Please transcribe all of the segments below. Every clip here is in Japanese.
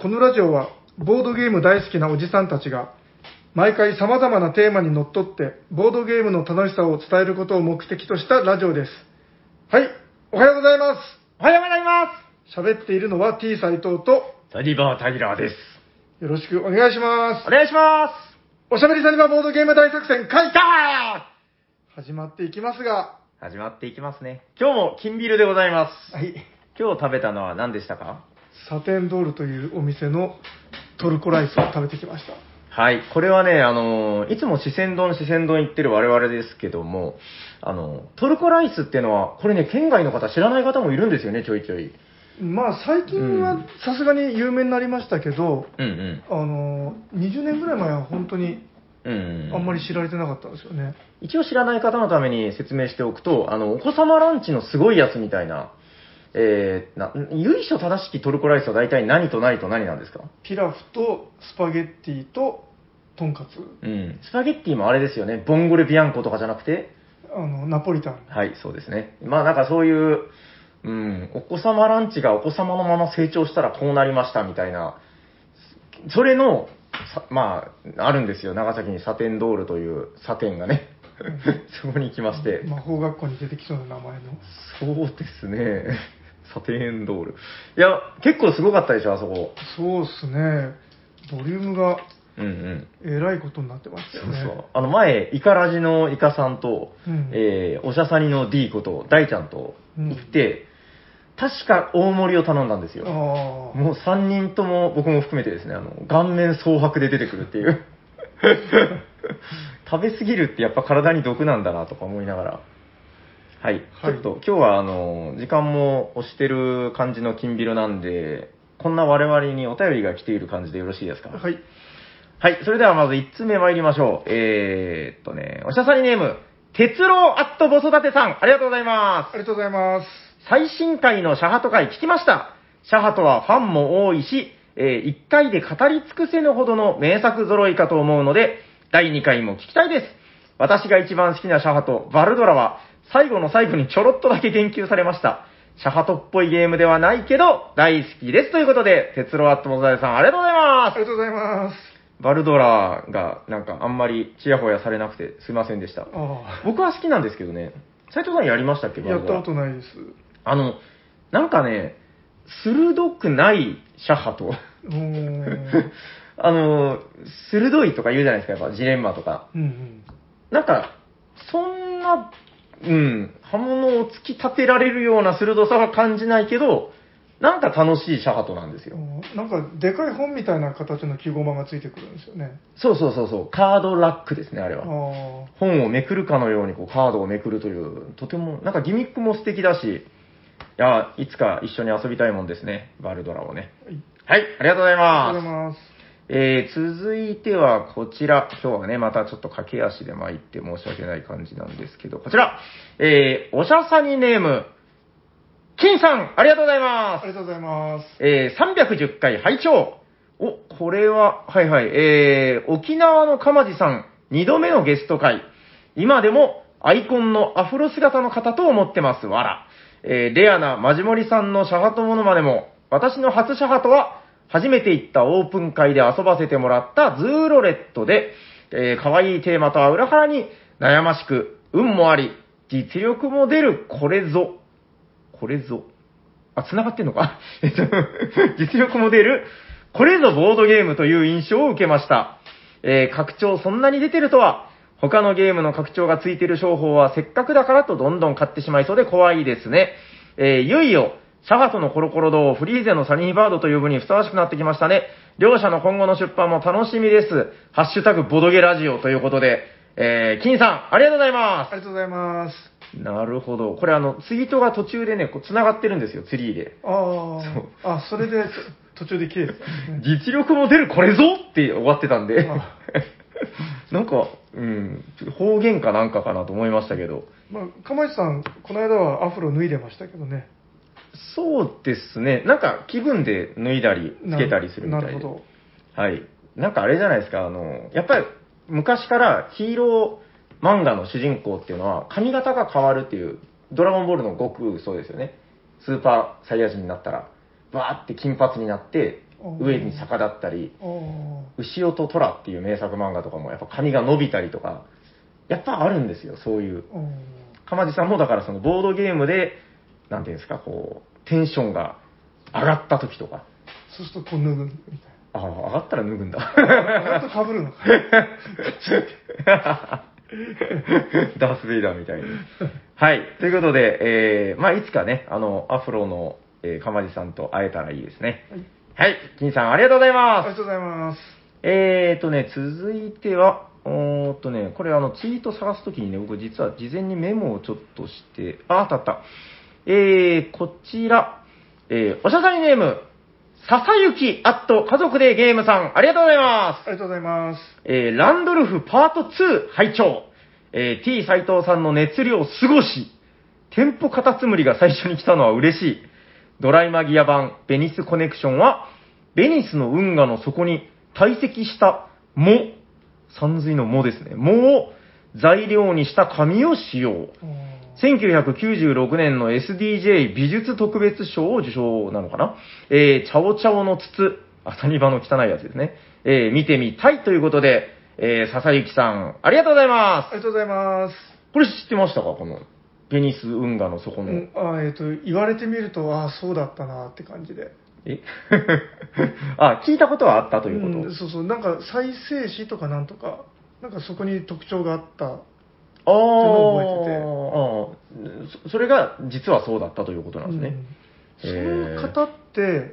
このラジオはボードゲーム大好きなおじさんたちが毎回様々なテーマにのっとってボードゲームの楽しさを伝えることを目的としたラジオです。はい、おはようございます。 おはようございま喋っているのは T 斎藤とす。サニバータイラーです。 よろしくお願いします。 お願いします。 おしゃべりサニバーボードゲーム大作戦開だ始まっていきますが、 始まっていきますね。今日も金ビルでございます。 はい、 今日食べたのは何でしたか？ サテンドールというお店のトルコライスを食べてきました。 はい。これはね、いつも四川丼行ってる我々ですけども、トルコライスっていうのは、これね、県外の方知らない方もいるんですよね、ちょいちょい。 まあ最近はさすがに有名になりましたけど、 うんうん。 20年ぐらい前は本当にうんうん。 あんまり知られてなかったんですよね。 一応知らない方のために説明しておくと、お子様ランチのすごいやつみたいな、由緒正しきトルコライスは大体何と何と何なんですか？ ピラフとスパゲッティとトンカツ。 うん。スパゲッティもあれですよね。ボンゴレビアンコとかじゃなくて、 ナポリタン。 はい、そうですね。まあなんかそういう、うん、お子様ランチがお子様のまま成長したらこうなりましたみたいな、それの、まあ、あるんですよ。長崎にサテンドールというサテンがね。そこに行きまして。 魔法学校に出てきそうな名前の。 そうですね。サテンドール。いや、結構すごかったでしょ、あそこ。 そうっすね。ボリュームが、 うんうん。 えらいことになってましたよね。 そうそう。前、イカラジのイカさんと、 うん、 おしゃさにの D こと大ちゃんと行って、確か大盛りを頼んだんですよ。もう3人とも僕も含めてですね、顔面蒼白で出てくるっていう。食べ過ぎるってやっぱ体に毒なんだなとか思いながら。はい。ちょっと今日は時間も押してる感じの金ビルなんで、こんな我々にお便りが来ている感じでよろしいですか？ はい。 はい。それではまず1つ目参りましょう。おしゃさにネーム、鉄郎アットボソダテさん、ありがとうございます。 ありがとうございます。 最新回のシャハト回聞きました。シャハトはファンも多いし、1回で語り尽くせぬほどの名作揃いかと思うので、第2回も聞きたいです。私が一番好きなシャハト、バルドラは、最後の最後にちょろっとだけ言及されました。シャハトっぽいゲームではないけど、大好きです。ということで、鉄郎アットモザエさん、ありがとうございます。 ありがとうございます。 バルドラが、なんかあんまりチヤホヤされなくてすいませんでした。僕は好きなんですけどね。斉藤さんやりましたっけ？ やったことないです。 なんかね、鋭くないシャハト。鋭いとか言うじゃないですか、やっぱジレンマとか。 うんうん、 なんか、そんな、刃物を突き立てられるような鋭さは感じないけど、なんか楽しいシャハトなんですよ。 なんか、でかい本みたいな形の木駒がついてくるんですよね。 そうそうそうそう、カードラックですね、あれは。 本をめくるかのようにこうカードをめくるという、とても、なんかギミックも素敵だし、いつか一緒に遊びたいもんですね、バルドラをね。はい、ありがとうございます。 ありがとうございます。 続いてはこちら。今日はね、またちょっと駆け足で参って申し訳ない感じなんですけど、こちら。おしゃさにネーム、金さん、ありがとうございます。 ありがとうございます。 310回拝聴。これは、はいはい、沖縄のかまじさん、2度目のゲスト会。今でもアイコンのアフロ姿の方と思ってます。わら。レアなマジモリさんのシャハトモノマネも、私の初シャハトは、初めて行ったオープン会で遊ばせてもらったズーロレットで、可愛いテーマとは裏腹に悩ましく、運もあり、実力も出るこれぞ。繋がってんのか実力も出る、これぞボードゲームという印象を受けました。拡張そんなに出てるとは、他のゲームの拡張がついてる商法はせっかくだからとどんどん買ってしまいそうで怖いですね。いよいよ、シャハトのコロコロ堂、フリーゼのサニーバードという部にふさわしくなってきましたね。両者の今後の出版も楽しみです。ハッシュタグボドゲラジオということで、金さん、ありがとうございます。 ありがとうございます。 なるほど。これツイートが途中でね、繋がってるんですよ、ツリーで。 それで途中で切れてたんですね。 実力も出るこれぞって終わってたんで。なんか、方言かなんかかなと思いましたけど。 釜石さん、この間はアフロ脱いでましたけどね。 そうですね。なんか気分で脱いだり、つけたりするみたいで。 なるほど。 はい。なんかあれじゃないですか、やっぱり昔からヒーロー漫画の主人公っていうのは髪型が変わるっていう、ドラゴンボールの悟空そうですよね。スーパーサイヤ人になったら、バーって金髪になって、 上に逆立ったり、牛尾と虎っていう名作漫画とかもやっぱ髪が伸びたりとか、やっぱあるんですよ、そういう。鎌地さんもだからそのボードゲームで、なんていうんですか、こう、テンションが上がった時とか。 そうするとこう脱ぐみたいな。 ああ、上がったら脱ぐんだ。 上がると被るのか。 ダース・ベイダーみたいに。はい。ということで、まあ、いつかね、アフロの、鎌地さんと会えたらいいですね。はい。金さん、ありがとうございます。 ありがとうございます。 続いては、これツイート探すときにね、僕実は事前にメモをちょっとして、あったあった。こちら、おしゃさりネーム、ささゆき家族でゲームさん、ありがとうございます。 ありがとうございます。 ランドルフパート2拝聴。T 斎藤さんの熱量すごし。店舗カタツムリが最初に来たのは嬉しい。ドライマギア版ベニスコネクションは、ベニスの運河の底に堆積した藻、山水の藻ですね。藻を材料にした紙を使用。1996年の SDJ 美術特別賞を受賞なのかな。チャオチャオの筒、サニバの汚いやつですね。見てみたいということで、笹幸さん、ありがとうございます。 ありがとうございます。 これ知ってましたか、このベニス運河の底の。 言われてみると、そうだったなって感じで。 聞いたことはあったということ、 そうそう、なんか再生紙とかなんとか、なんかそこに特徴があったっていうのを覚えてて。それが実はそうだったということなんですね。 そういう方って、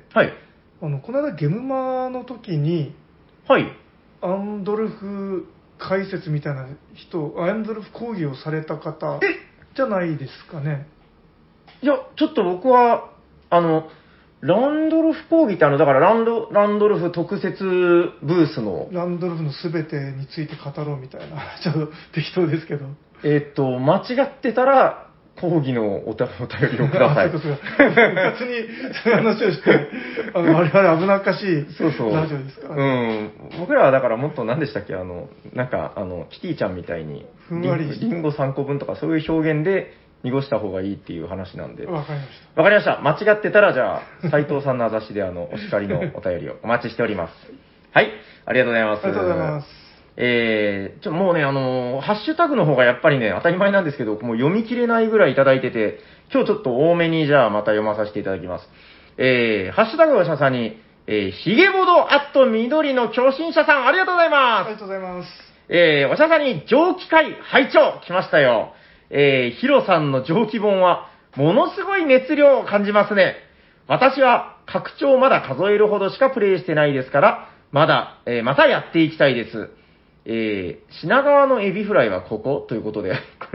はい。 この間ゲムマの時に、 はい。 アンドルフ解説みたいな人、アンドルフ講義をされた方じゃないですかね。 いや、ちょっと僕は、ランドルフ講義ってだからランドルフ特設ブースの。 ランドルフの全てについて語ろうみたいな。ちょっと適当ですけど。 間違ってたら、講義のお便りをください。 そうそう。普通にそういう話をして、我々危なっかしいラジオですから、 ね。僕らはだからもっと何でしたっけ、なんか、キティちゃんみたいに、 ふんわりリンゴ3個分とかそういう表現で濁した方がいいっていう話なんで。 わかりました。 わかりました。間違ってたら、じゃあ、斉藤さんのあざしでお叱りのお便りをお待ちしております。はい。ありがとうございます。 ありがとうございます。 もうね、ハッシュタグの方がやっぱりね、当たり前なんですけど、もう読み切れないぐらいいただいてて、今日ちょっと多めにじゃあまた読まさせていただきます。ハッシュタグおしゃさんに、ひげぼど緑の共振者さん、ありがとうございます。 ありがとうございます。 おしゃさんに蒸気会拝聴来ましたよ。ヒロさんの蒸気本は、ものすごい熱量を感じますね。私は、拡張まだ数えるほどしかプレイしてないですから、またやっていきたいです。品川のエビフライはここということで、こ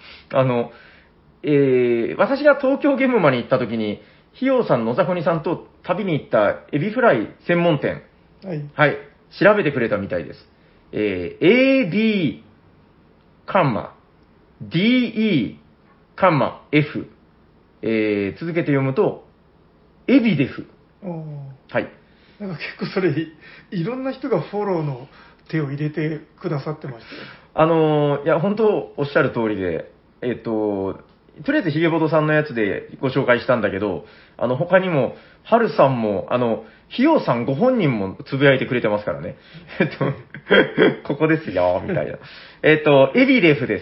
れ、私が東京ゲームマに行った時に、ひようさん、野崎さんと旅に行ったエビフライ専門店、はい、調べてくれたみたいです。AB、カンマ、DE、カンマ、F、続けて読むと、エビデフ。はい。 なんか結構それ、いろんな人がフォローの手を入れてくださってましたよ。いや、本当おっしゃる通りで、とりあえずヒゲボドさんのやつでご紹介したんだけど、他にも、ハルさんも、ヒヨウさんご本人もつぶやいてくれてますからね。ここですよ、みたいな。エビレフです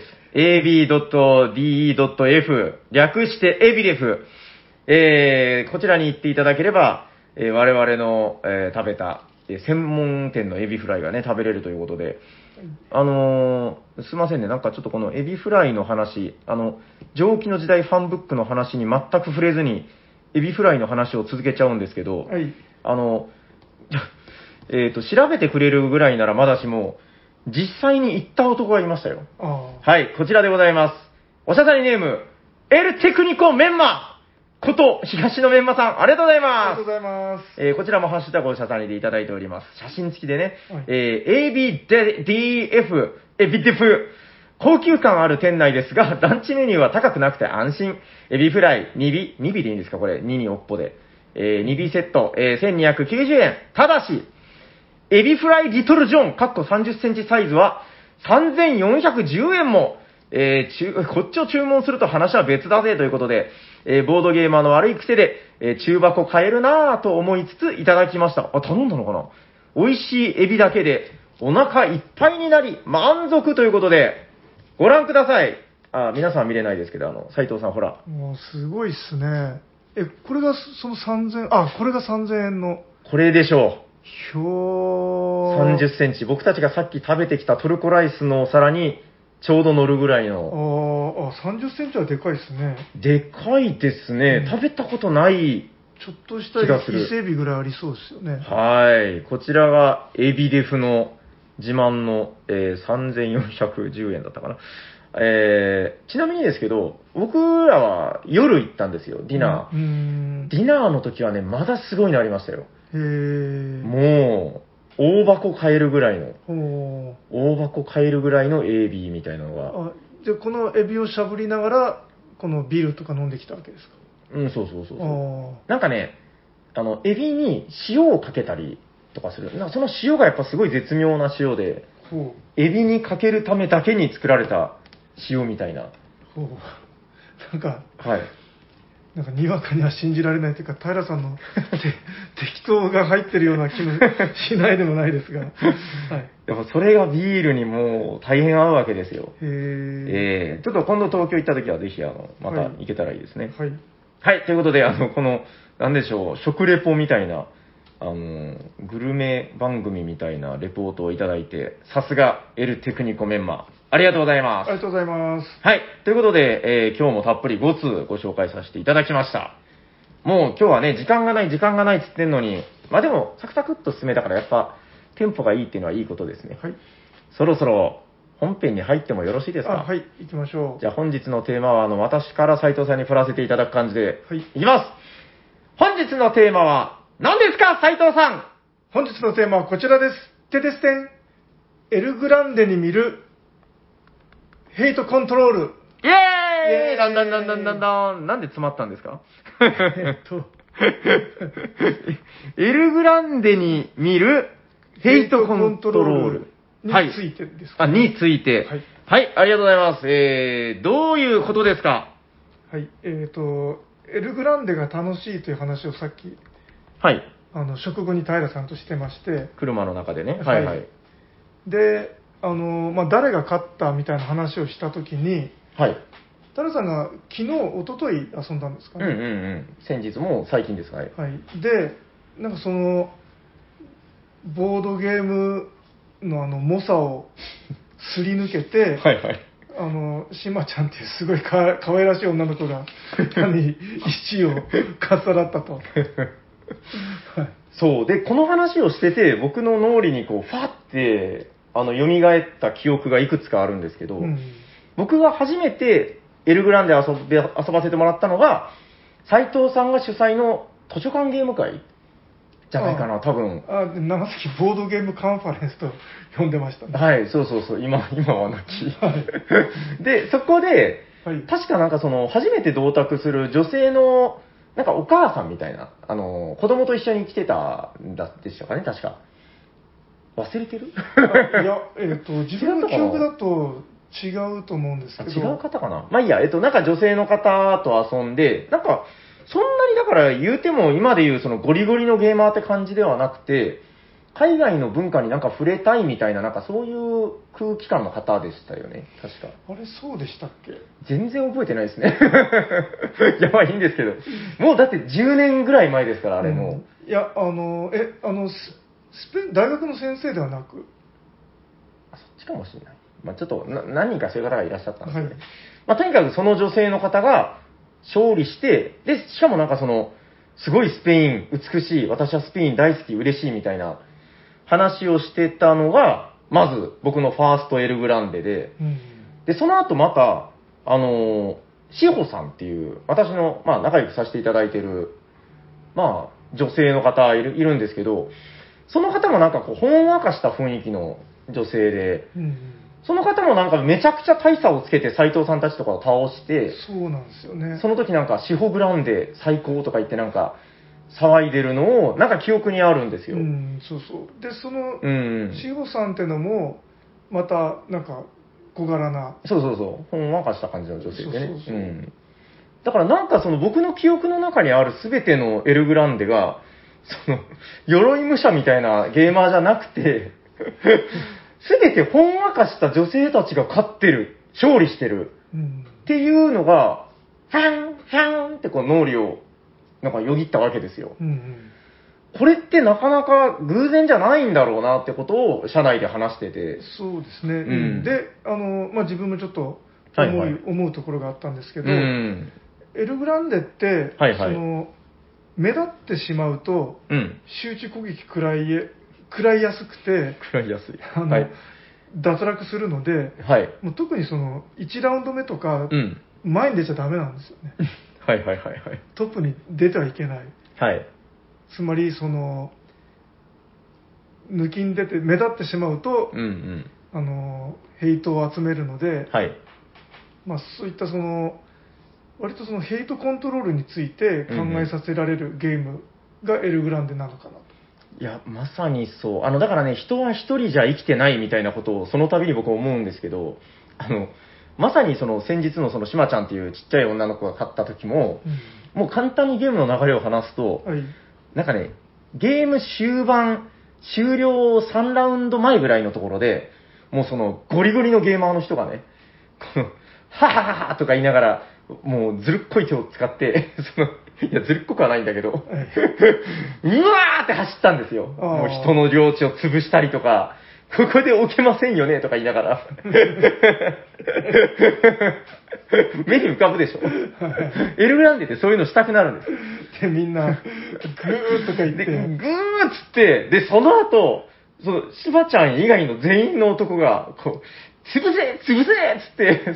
。ab.de.f 略してエビレフ。こちらに行っていただければ、我々の、食べた、専門店のエビフライがね、食べれるということで、すいませんね、なんかちょっとこのエビフライの話、蒸気の時代ファンブックの話に全く触れずに、エビフライの話を続けちゃうんですけど、 はい、 調べてくれるぐらいならまだしも、実際に行った男がいましたよ。はい、こちらでございます。おしゃさりネーム、エルテクニコメンマこと、東野メンマさん、ありがとうございます。 ありがとうございます。 こちらもハッシュタグを写させていただいております。写真付きでね、 はい、 ABDF、エビデフ、高級感ある店内ですが、ランチメニューは高くなくて安心。エビフライ、2尾でいいんですかこれ、2におっぽで。2尾セット、1290円。ただし、エビフライリトルジョン、30センチサイズは3410円も、 こっちを注文すると話は別だぜということで、ボードゲーマーの悪い癖で、中箱買えるなぁと思いつついただきました。あ、頼んだのかな？美味しいエビだけでお腹いっぱいになり満足ということで、ご覧ください。あ、皆さん見れないですけど、斉藤さんほら。 もうすごいっすね。これがその3000、あ、これが3000円の。 これでしょひょう。 ー。 30センチ。僕たちがさっき食べてきたトルコライスのお皿にちょうど乗るぐらいの。 30センチはでかいっすね。 でかいですね。食べたことないちょっとした気がする。 伊勢海老ぐらいありそうですよね。 はい。こちらがエビデフの自慢の、3410円だったかな。ちなみにですけど、僕らは夜行ったんですよ、ディナー。ディナーの時はね、まだすごいのありましたよ。 へー。 もう、大箱買えるぐらいの、 大箱買えるぐらいのエビみたいなのが。 じゃあこのエビをしゃぶりながら、このビールとか飲んできたわけですか？ うん、そう。なんかね、エビに塩をかけたりとかする。なんかその塩がやっぱすごい絶妙な塩で、エビにかけるためだけに作られた塩みたいな。 なんか、 はい。 なんかにわかには信じられないというか、平さんの適当が入ってるような気もしないでもないですが、はい、 やっぱそれがビールにもう大変合うわけですよ。 へちょっと今度東京行った時はぜひまた行けたらいいですね。 はい。 はい、ということで、この、なんでしょう、食レポみたいな、グルメ番組みたいなレポートをいただいて、さすがエルテクニコメンマー。ありがとうございます。 ありがとうございます。 はい。ということで、今日もたっぷり5通ご紹介させていただきました。もう今日はね、時間がないって言ってんのに、まあでも、サクサクっと進めたからやっぱ、テンポがいいっていうのはいいことですね。 はい。 そろそろ本編に入ってもよろしいですか？ はい、行きましょう。 じゃあ本日のテーマは、私から斉藤さんに振らせていただく感じで、 はい。 いきます。本日のテーマは、何ですか、斉藤さん？ 本日のテーマはこちらです。ててすてん。エルグランデに見るヘイトコントロール。 イエーイだんだん。なんで詰まったんですか？エルグランデに見るヘイトコントロールについてですか、 ね。について。はい、ありがとうございます。どういうことですか？ はい、エルグランデが楽しいという話をさっき、 はい。 食後に平さんとしてまして。 車の中でね。はい。 で、誰が勝ったみたいな話をしたときに、 はい。 平さんが昨日、一昨日遊んだんですかね。 先日も最近です。はい。 で、なんかその、ボードゲームの猛者をすり抜けて、しまちゃんっていうすごい可愛らしい女の子が、単に1位をかっさらったと。 そう。で、この話をしてて、僕の脳裏にこう、ファって、蘇った記憶がいくつかあるんですけど、僕が初めてエルグランデ遊ばせてもらったのが、斉藤さんが主催の図書館ゲーム会じゃないかな、多分。 長崎ボードゲームカンファレンスと呼んでましたね。 はい、そう。今はなき。で、そこで、確かなんかその、初めて同卓する女性の、なんかお母さんみたいな、子供と一緒に来てたんだでしたかね、確か。忘れてる？いや、自分の記憶だと違うと思うんですけど。 違う方かな？まあいいや、なんか女性の方と遊んで、なんか、そんなにだから言うても今で言うそのゴリゴリのゲーマーって感じではなくて、海外の文化になんか触れたいみたいな、なんかそういう空気感の方でしたよね、確か。 あれ、そうでしたっけ？ 全然覚えてないですね。やばい、いいんですけど。もうだって10年ぐらい前ですから、あれも。 いや、大学の先生ではなく。 そっちかもしれない。まあちょっと何人かそういう方がいらっしゃったんですよね。まあとにかくその女性の方が勝利して、で、しかもなんかその、すごいスペイン美しい、私はスペイン大好き、嬉しいみたいな話をしてたのが、まず僕のファーストエルグランデで、で、その後また、志保さんっていう、私の、まあ仲良くさせていただいてる、まあ女性の方いるんですけど、その方もなんかこう、ほんわかした雰囲気の女性で、その方もなんかめちゃくちゃ大差をつけて斉藤さんたちとかを倒して、 そうなんですよね。 その時なんか、シホグランデ最高とか言ってなんか、騒いでるのを、なんか記憶にあるんですよ。 そう。で、その、シホさんってのも、また、なんか、 小柄な。 そうそうそう、ほんわかした感じの女性でね。 そうそうそうだからなんかその僕の記憶の中にある全てのエルグランデが、その、鎧武者みたいなゲーマーじゃなくて、全てほんわかした女性たちが勝ってる、勝利してる、っていうのが、ファン、ファンってこう脳裏を、なんかよぎったわけですよ。これってなかなか偶然じゃないんだろうなってことを社内で話してて。 そうですね。で、自分もちょっと思うところがあったんですけど、エルグランデって、その、目立ってしまうと、集中攻撃食らいやすくて、脱落するので、もう特にその、1ラウンド目とか、前に出ちゃダメなんですよね。トップに出てはいけない。つまり、その、抜きに出て目立ってしまうと、ヘイトを集めるので、そういったその、割とそのヘイトコントロールについて考えさせられるゲームがエルグランデなのかなと。 いや、まさにそう。だからね、人は一人じゃ生きてないみたいなことをその度に僕は思うんですけど、まさにその先日のそのしまちゃんっていうちっちゃい女の子が勝った時も、もう簡単にゲームの流れを話すと、なんかね、ゲーム終盤、終了3ラウンド前ぐらいのところで、もうそのゴリゴリのゲーマーの人がね、この、ははははとか言いながら、もうずるっこい手を使って、いや、ずるっこくはないんだけど、うわーって走ったんですよ。もう人の領地を潰したりとか、ここで置けませんよねとか言いながら。目に浮かぶでしょ。エルグランデってそういうのしたくなるんです。 で、みんな、グーとか言って。 グーっつって、で、その後、その、しばちゃん以外の全員の男が、こう、潰せ潰せっつって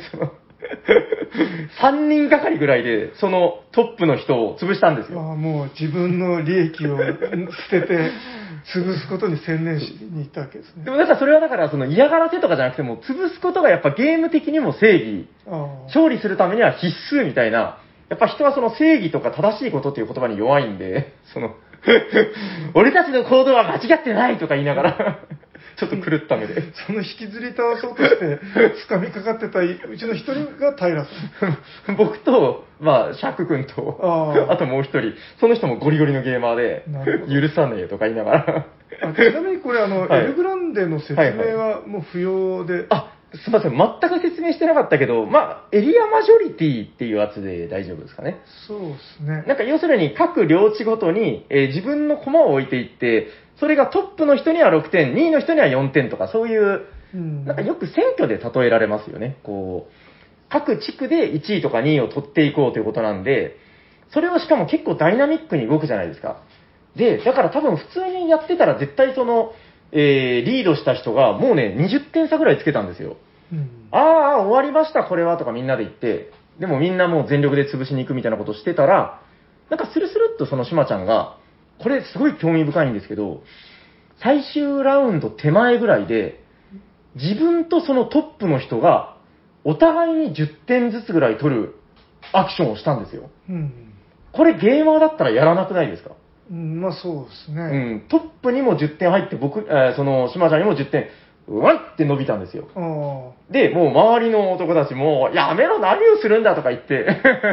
、3人がかりぐらいで、そのトップの人を潰したんですよ。 もう自分の利益を捨てて、潰すことに専念しに行ったわけですね。 でもなんかそれはだからその嫌がらせとかじゃなくても、潰すことがやっぱゲーム的にも正義、勝利するためには必須みたいな、やっぱ人はその正義とか正しいことっていう言葉に弱いんで、俺たちの行動は間違ってないとか言いながら、ちょっと狂った目で。 その引きずり倒そうとして、掴みかかってたうちの一人が平さん。僕と、シャーク君と、あともう一人、その人もゴリゴリのゲーマーで、許さねえとか言いながら。 ちなみにこれ、エルグランデの説明はもう不要で。 すみません、全く説明してなかったけど、エリアマジョリティっていうやつで大丈夫ですかね。 そうですね。 なんか要するに各領地ごとに、自分の駒を置いていって、それがトップの人には6点、2位の人には4点とか、そういう、なんかよく選挙で例えられますよね。こう、各地区で1位とか2位を取っていこうということなんで、それをしかも結構ダイナミックに動くじゃないですか。で、だから多分普通にやってたら絶対その、リードした人がもうね、20点差ぐらいつけたんですよ。終わりました、これはとかみんなで言って、でもみんなもう全力で潰しに行くみたいなことをしてたら、なんかスルスルっとそのしまちゃんが、これすごい興味深いんですけど、最終ラウンド手前ぐらいで、自分とそのトップの人が、お互いに10点ずつぐらい取るアクションをしたんですよ。これゲーマーだったらやらなくないですか？ そうですね。 トップにも10点入って、そのしまちゃんにも10点、うわって伸びたんですよ。で、もう周りの男たちも、やめろ、何をするんだとか言って。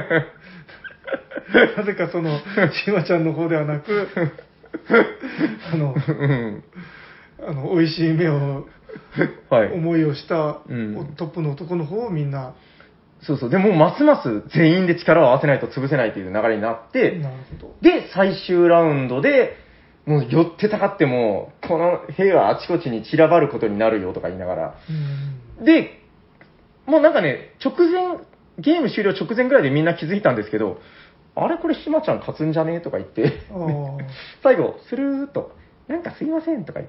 なぜかその、しまちゃんの方ではなく、美味しい目を、思いをした、トップの男の方をみんな。 そうそう。でも、ますます全員で力を合わせないと潰せないという流れになって、で、最終ラウンドで、もう寄ってたかっても、この兵はあちこちに散らばることになるよとか言いながら。で、もうなんかね、ゲーム終了直前ぐらいでみんな気づいたんですけど、あれこれしまちゃん勝つんじゃねえとか言って、最後、スルーっと、なんかすいませんとか言って。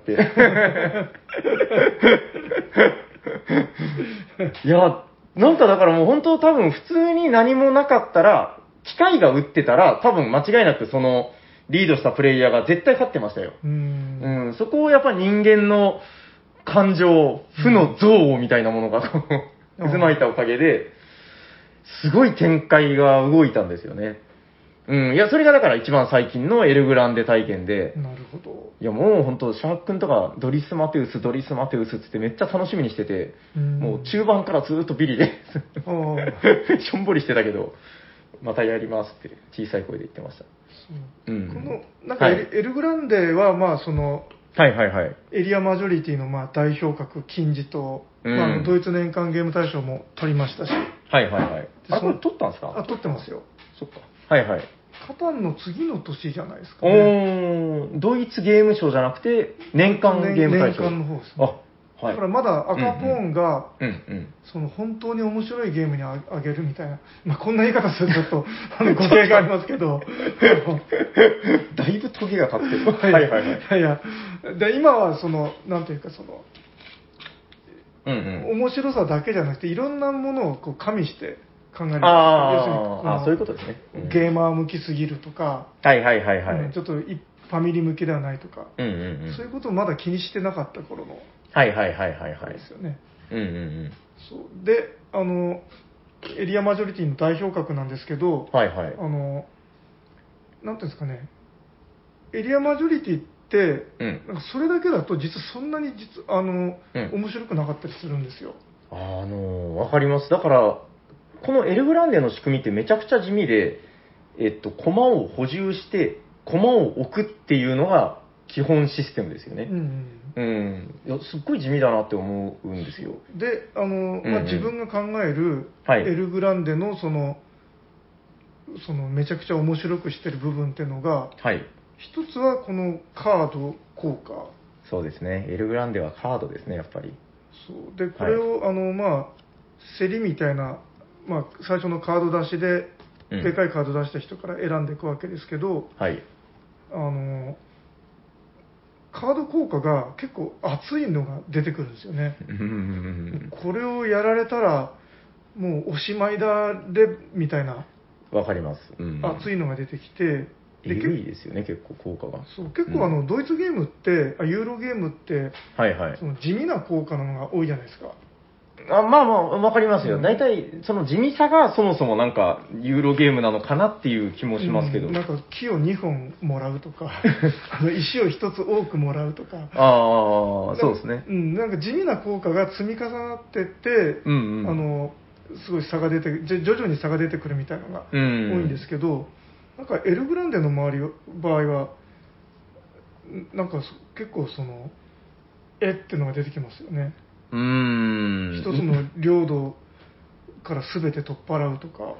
いや、なんかだからもう本当多分普通に何もなかったら、機械が打ってたら多分間違いなくそのリードしたプレイヤーが絶対勝ってましたよ。そこをやっぱ人間の感情、負の憎悪みたいなものがこう渦巻いたおかげで、すごい展開が動いたんですよね。 うん、いや、それがだから一番最近のエルグランデ体験で、 なるほど。 いや、もう本当、シャーク君とか、ドリスマテウスって言ってめっちゃ楽しみにしてて、もう中盤からずっとビリでああ。 しょんぼりしてたけど、またやりますって小さい声で言ってました。 そううん。 この、なんかはいエルグランデは、まあ、その、 はいはいはい。 エリアマジョリティのまあ代表格、金字と、 うんまあ、ドイツ年間ゲーム大賞も取りましたし、 はいはいはい。あれ、これそ撮ったんですか？ あ、取ってますよ。 そっか。はいはい。 カタンの次の年じゃないですかね。 おー、ドイツゲーム賞じゃなくて、年間ゲーム大賞。 年間の方ですね。 あ、はい。 だからまだ赤ポーンが、 うんうん。 その本当に面白いゲームにあげるみたいな、まあ、こんな言い方するとちょっと語弊がありますけど、 だいぶトゲが立ってる。 はいはいはいはい。 いやいや、で今はその、なんていうか、その、 うんうん。 面白さだけじゃなくて、いろんなものをこう加味して考える。 あー要するにこのそういうことですね。うんゲーマー向きすぎるとか、 はいはいはいはい。 ちょっとファミリー向きではないとか、 うんうんうん。 そういうことをまだ気にしてなかった頃のはいはいはいはいはい。 ですよね。 うんうんうん。 そうで、エリアマジョリティの代表格なんですけど、 はいはい。 なんていうんですかね、エリアマジョリティって、 うん。 なんかそれだけだと実はそんなにうん面白くなかったりするんですよ。 わかります。だから、このエルグランデの仕組みってめちゃくちゃ地味で、駒を補充して、駒を置くっていうのが基本システムですよね。 うんうん。いや、すっごい地味だなって思うんですよ。 で、 うん自分が考えるはいエルグランデのそのめちゃくちゃ面白くしてる部分っていうのが、 はい。 一つはこのカード効果。 そうですね。エルグランデはカードですね、やっぱり。 そうで、これを、競りみたいな、まあ、最初のカード出しで、 うんでかいカード出した人から選んでいくわけですけど、 はい。 あのカード効果が結構熱いのが出てくるんですよね。 うんうんうんこれをやられたら、もうおしまいだれみたいなうん。わかります。うん。 熱いのが出てきて、 えぐいですよね、結構効果が。 そう結構ドイツゲームってユーロゲームってはいはい。 その地味な効果のものが多いじゃないですか。 まあまあ、わかりますよ。 うん大体、その地味さがそもそもなんか、ユーロゲームなのかなっていう気もしますけど。 なんか木を2本もらうとか石を1つ多くもらうとか、 ああ、そうですね。 なんか地味な効果が積み重なってって、 うんうん。 すごい差が出て徐々に差が出てくるみたいなのが多うんいんですけど、なんかエルグランデの場合はなんか結構そのってのが出てきますよね。 うーん。 一つの領土から全て取っ払うとか。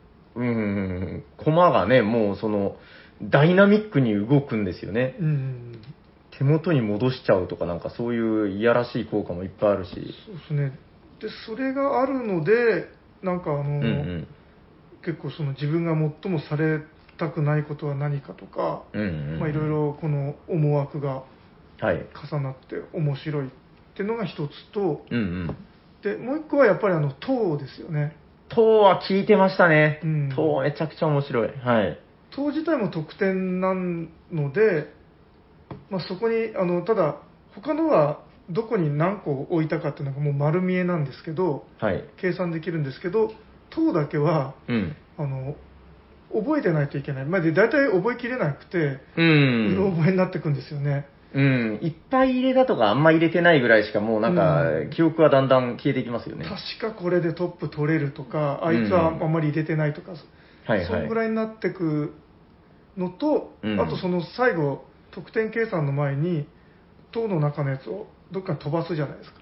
駒がね、もうその、ダイナミックに動くんですよね。手元に戻しちゃうとか、なんかそういういやらしい効果もいっぱいあるし。 そうですね。で、それがあるので、なんか結構その自分が最もされたくないことは何かとか、まあいろいろこの思惑がはい。 重なって面白いっていうのが一つと、 うんうん。 で、もう一個はやっぱり塔ですよね。 塔は聞いてましたね。 うん塔めちゃくちゃ面白い。はい。 塔自体も得点なので、まあ、そこにただ他のはどこに何個置いたかっていうのがもう丸見えなんですけど、 はい。 計算できるんですけど、塔だけはうん。 覚えてないといけない、まあ、で大体覚えきれなくて、うろ覚えになっていくんですよね。 うん。いっぱい入れだとかあんま入れてないぐらいしかもうなんか、記憶はだんだん消えていきますよね。 確かこれでトップ取れるとか、あいつはあんまり入れてないとか、 はいはい。 そのぐらいになっていくのと、 うんあとその最後、得点計算の前に、塔の中のやつをどっかに飛ばすじゃないですか。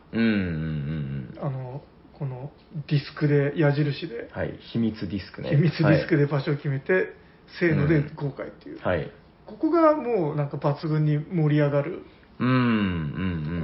このディスクで、矢印で、 はい。秘密ディスクね。 秘密ディスクで場所を決めて、せーので5回っていう。 はい。 ここがもうなんか抜群に盛り上がるうん。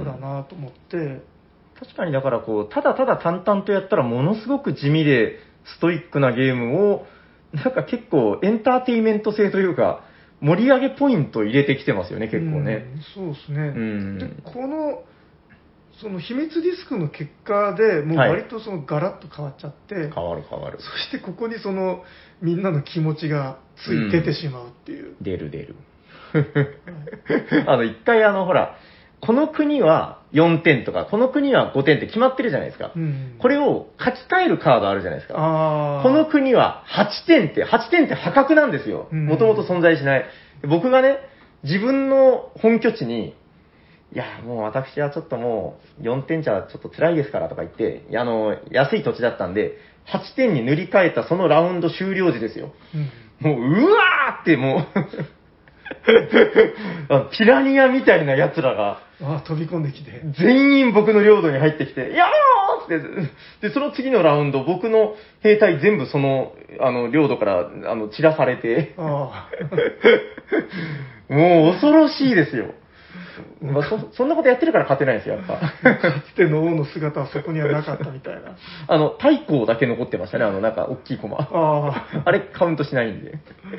とこだなと思って、 確かにだからこう、ただただ淡々とやったらものすごく地味でストイックなゲームを、なんか結構エンターテインメント性というか、盛り上げポイント入れてきてますよね、結構ね。 そうですね。 うんで、その秘密ディスクの結果でもう割とそのガラッと変わっちゃって、 変わる変わる。 そしてここにそのみんなの気持ちがつい出てしまうっていう。 出る。一回ほら、この国は 4点とか、この国は5点って決まってるじゃないですか。これを書き換えるカードあるじゃないですか。この国は8点って、8点って破格なんですよ。もともと存在しない。僕がね、自分の本拠地に、いや、もう私はちょっともう4点じゃちょっと辛いですからとか言って、安い土地だったんで、8点に塗り替えたそのラウンド終了時ですよ。もう、うわーってもう、ピラニアみたいな奴らが、 飛び込んできて。 全員僕の領土に入ってきて、やーって、で、その次のラウンド、僕の兵隊全部その、領土から、散らされて、もう恐ろしいですよ。まあ、そんなことやってるから勝てないんですよ、やっぱ。 かつての王の姿はそこにはなかったみたいな。 太閤だけ残ってましたね、なんか、大きい駒。あれカウントしないんで。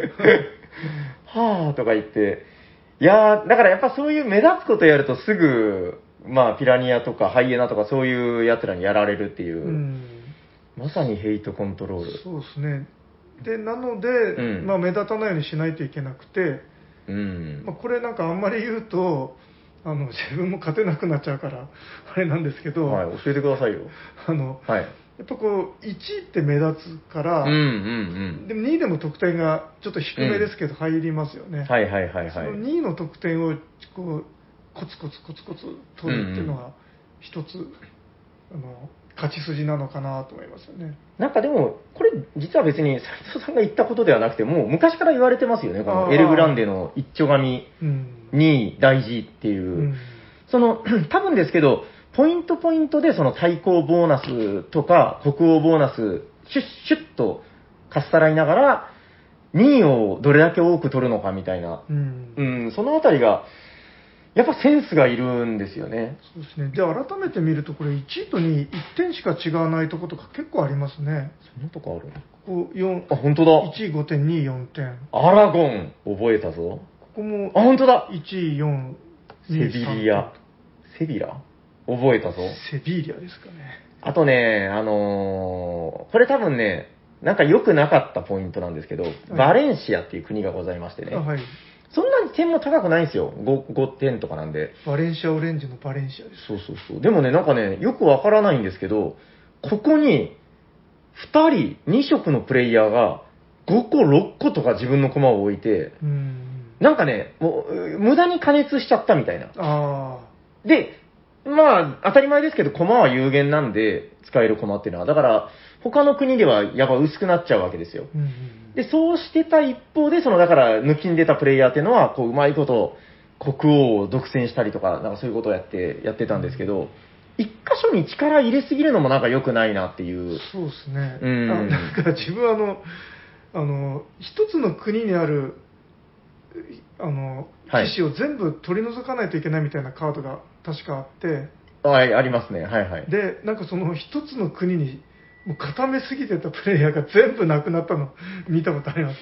はぁーとか言って。いやー、だからやっぱそういう目立つことやるとすぐ、まあ、ピラニアとかハイエナとかそういう奴らにやられるっていう。まさにヘイトコントロール。 そうですね。で、なので、まあ、目立たないようにしないといけなくて、まあ、これなんかあんまり言うと、自分も勝てなくなっちゃうから、あれなんですけど、 はい、教えてくださいよ。 はい、やっぱこう、1位って目立つから、でも2位でも得点がちょっと低めですけど入りますよね。その2位の得点をこうコツコツ取るっていうのが一つ、勝ち筋なのかなと思いますよね。 なんかでも、これ実は別に斉藤さんが言ったことではなくて、もう昔から言われてますよね。このエルグランデの一丁紙に大事っていう。多分ですけど、ポイントでその対抗ボーナスとか国王ボーナス、シュッとかっさらいながら、2位をどれだけ多く取るのかみたいな。そのあたりが、やっぱセンスがいるんですよね。 そうですね。で、改めて見ると、これ1位と2位、1点しか違わないとことか結構ありますね。 そんなとこある？ ここ4、 本当だ。 1位5点、2位4点。 アラゴン、覚えたぞ。 ここも、 本当だ。 1位4、 セビリア。セビラ覚えたぞ。 セビリアですかね。 あとね、これ多分ね、なんか良くなかったポイントなんですけど、バレンシアっていう国がございましてね。そんなに点も高くないんですよ。5点とかなんで。 バレンシアオレンジのバレンシアです。 そう。でもね、なんかね、よくわからないんですけど、ここに、2色のプレイヤーが、5個、6個とか自分の駒を置いて、なんかね、もう、無駄に加熱しちゃったみたいな。で、まあ、当たり前ですけど、駒は有限なんで、使える駒っていうのは。だから、他の国ではやっぱ薄くなっちゃうわけですよ。で、そうしてた一方で、だから、抜きに出たプレイヤーっていうのは、こう、うまいこと、国王を独占したりとか、なんかそういうことをやってたんですけど、一箇所に力入れすぎるのもなんか良くないなっていう。 そうですね。なんか自分一つの国にある、騎士を全部取り除かないといけないみたいなカードが確かあって、 ありますね。 で、なんかその一つの国に、もう固めすぎてたプレイヤーが全部なくなったの見たことあります。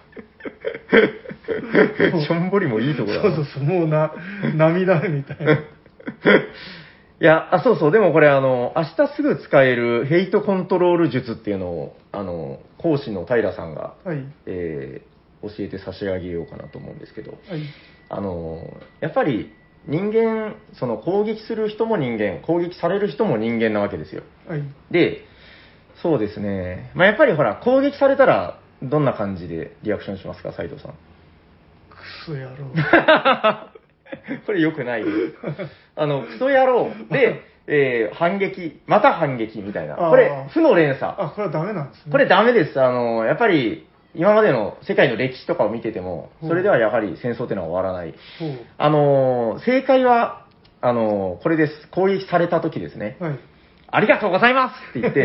しょんぼりもいいところだ。そう、もう涙みたいな。 いや、そう、でもこれ明日すぐ使えるヘイトコントロール術っていうのを、講師の平さんが、教えて差し上げようかなと思うんですけど、やっぱり人間、攻撃する人も人間、攻撃される人も人間なわけですよ。で、そうですね。まあ、やっぱりほら、攻撃されたら、どんな感じでリアクションしますか、斉藤さん。 クソ野郎。 これ良くないです。クソ野郎で、反撃、また反撃みたいな。これ、負の連鎖。 これはダメなんですね。 これダメです。やっぱり、今までの世界の歴史とかを見てても、それではやはり戦争っていうのは終わらない。正解は、これです。攻撃された時ですね。ありがとうございますって言って、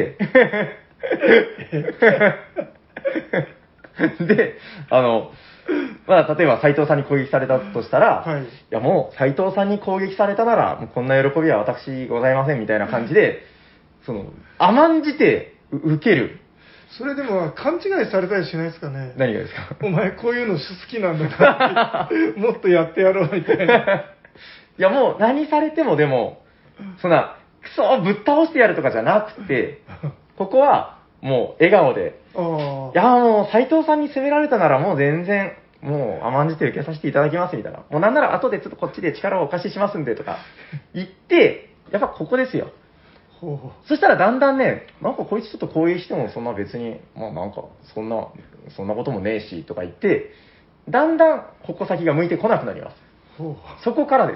で、まあ、例えば斉藤さんに攻撃されたとしたら、いやもう斉藤さんに攻撃されたなら、もうこんな喜びは私ございませんみたいな感じで、甘んじて受ける。 それでも勘違いされたりしないですかね。 何がですか？ お前こういうの好きなんだなって、もっとやってやろうみたいな。 いやもう何されてもでも、そんな、クソぶっ倒してやるとかじゃなくて、ここはもう笑顔で、いやもう斉藤さんに責められたならもう全然もう甘んじて受けさせていただきますみたいな。もうなんなら後でちょっとこっちで力をお貸ししますんでとか言って、やっぱここですよ。 ほう。 そしたらだんだんね、なんかこいつちょっとこういう人もそんな別に、まあなんかそんなこともねえしとか言って、だんだん矛先が向いてこなくなります。 ほう。 そこからです。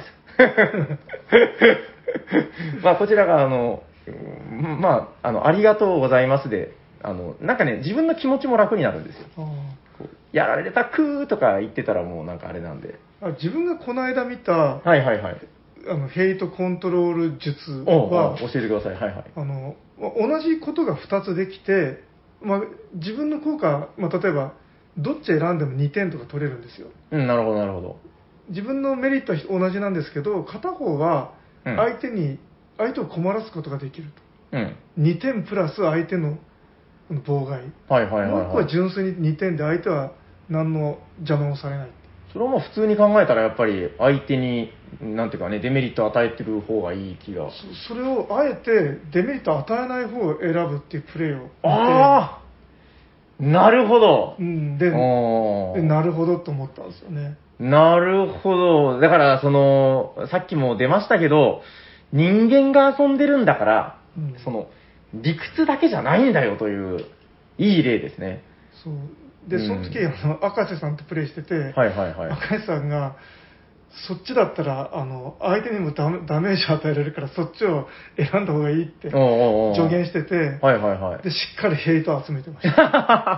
まあこちらがまあ、ありがとうございますで、なんかね、自分の気持ちも楽になるんですよ。こうやられたくーとか言ってたらもうなんかあれなんで。 自分がこの間見た、 はいはいはい。 ヘイトコントロール術おは、 教えてください。はいはい。 同じことが2つできて、まあ、自分の効果、まあ、例えば、どっち選んでも2点とか取れるんですよ。 うん、なるほどなるほど。 自分のメリットは同じなんですけど、片方は相手を困らすことができると。 うん。 2点プラス相手の妨害。 はいはいはい、はい。 もう1個は純粋に2点で相手は何の邪魔もされない。 それはもう普通に考えたらやっぱり相手に、なんていうかね、デメリットを与えてる方がいい気が。 それをあえてデメリットを与えない方を選ぶっていうプレーを見て。 ああなるほど。 うん、でなるほどと思ったんですよね。 なるほど。だから、さっきも出ましたけど、人間が遊んでるんだから、理屈だけじゃないんだよという、いい例ですね。 そうで、その時、赤瀬さんとプレイしてて、 はいはいはい。 赤瀬さんが、そっちだったら、相手にもダメージを与えられるから、そっちを選んだ方がいいって助言してて、 はいはいはい。 で、しっかりヘイトを集めてました。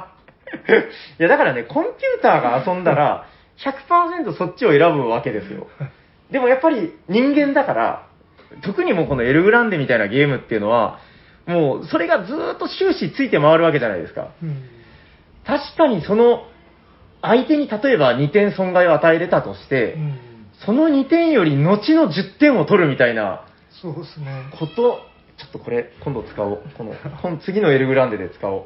いや、だからね、コンピューターが遊んだら、100% そっちを選ぶわけですよ。でもやっぱり人間だから、特にもうこのエルグランデみたいなゲームっていうのは、もうそれがずーっと終始ついて回るわけじゃないですか。確かに相手に例えば2点損害を与えれたとして、その2点より後の10点を取るみたいなそうですね。 こと、ちょっとこれ今度使おう。次のエルグランデで使おう。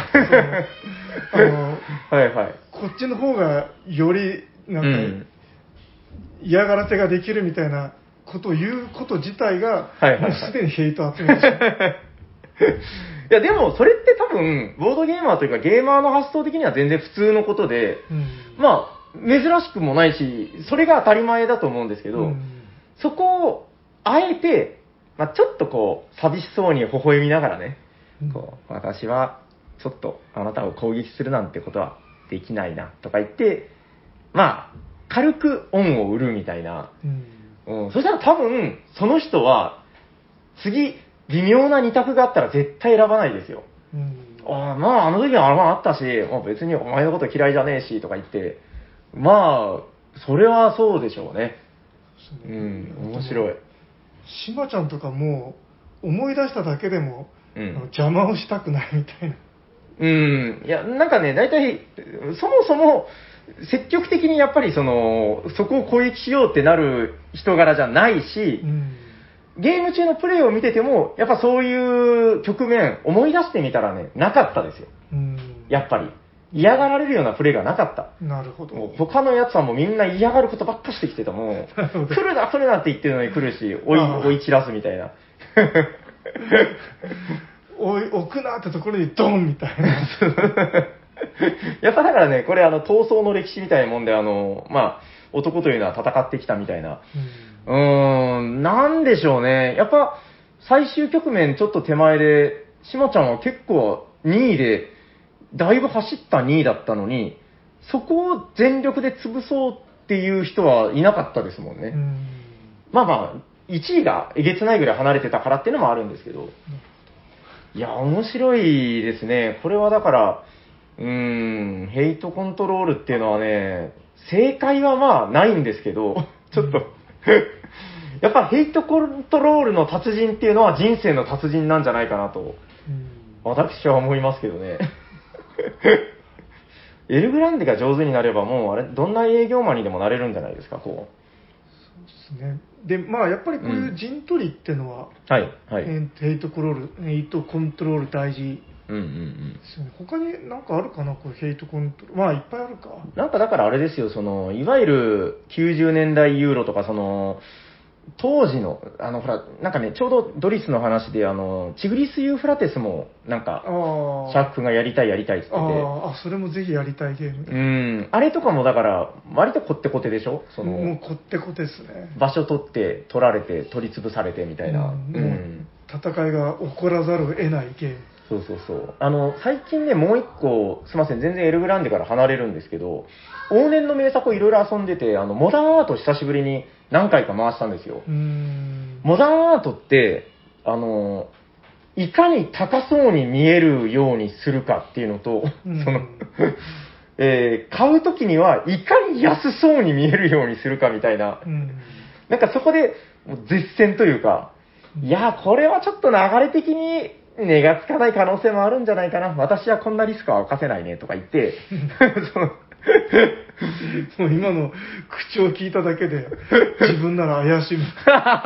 はいはい。 こっちの方がよりなんか、嫌がらせができるみたいなことを言うこと自体が、もうすでにヘイト集めてしまう。 いやでもそれって多分ボードゲーマーというかゲーマーの発想的には全然普通のことで、まあ珍しくもないしそれが当たり前だと思うんですけど、そこをあえて、まあ、ちょっとこう寂しそうに微笑みながらね、こう私はちょっとあなたを攻撃するなんてことはできないなとか言って、まあ軽く恩を売るみたいな、そしたら多分その人は次微妙な二択があったら絶対選ばないですよ。まあ、あの時はあったし、まあ、別にお前のこと嫌いじゃねえしとか言って、まあ、それはそうでしょうね。面白い。 しまちゃんとかも思い出しただけでも、邪魔をしたくないみたいな。 いや、なんかね、大体、そもそも、積極的にやっぱりそこを攻撃しようってなる人柄じゃないし、ゲーム中のプレイを見てても、やっぱそういう局面、思い出してみたらね、なかったですよ。やっぱり。嫌がられるようなプレイがなかった。 なるほど。 もう他のやつはもうみんな嫌がることばっかしてきてたもん。来るなって言ってるのに来るし、追い散らすみたいな。 置くなってところにドンみたいな。 やっぱだからね、これ闘争の歴史みたいなもんで、まあ、男というのは戦ってきたみたいな。なんでしょうね。やっぱ、最終局面ちょっと手前で、しもちゃんは結構2位で、だいぶ走った2位だったのに、そこを全力で潰そうっていう人はいなかったですもんね。まあまあ、1位がえげつないぐらい離れてたからっていうのもあるんですけど。いや、面白いですね。これはだから、ヘイトコントロールっていうのはね、正解はまあないんですけど、ちょっとやっぱヘイトコントロールの達人っていうのは人生の達人なんじゃないかなと、私は思いますけどね。エルグランデが上手になればもう、どんな営業マンにでもなれるんじゃないですか、こう。 そうですね。で、まあやっぱりこういう陣取りっていうのは、ヘイトコントロール大事。他に何かあるかな、こうヘイトコントロール。まあいっぱいあるか。 なんかだからあれですよ、いわゆる90年代ユーロとか、 当時の、ほら、なんかね、ちょうどドリスの話で、チグリス・ユーフラテスも、なんか、シャーク君がやりたいって言ってて。 それもぜひやりたいゲームで。 あれとかもだから、割とコッテコテでしょもうコッテコテですね。 場所取って、取られて、取り潰されてみたいな。 もう戦いが起こらざるを得ないゲーム。 そうそうそう。最近ね、もう一個、すいません、全然エルグランデから離れるんですけど、往年の名作をいろいろ遊んでて、モダンアート久しぶりに何回か回したんですよ。モダンアートって、いかに高そうに見えるようにするかっていうのと、買うときにはいかに安そうに見えるようにするかみたいな、なんかそこで実践というか、いや、これはちょっと流れ的に値がつかない可能性もあるんじゃないかな。私はこんなリスクは犯せないねとか言って、 もう今の口を聞いただけで自分なら怪しむ。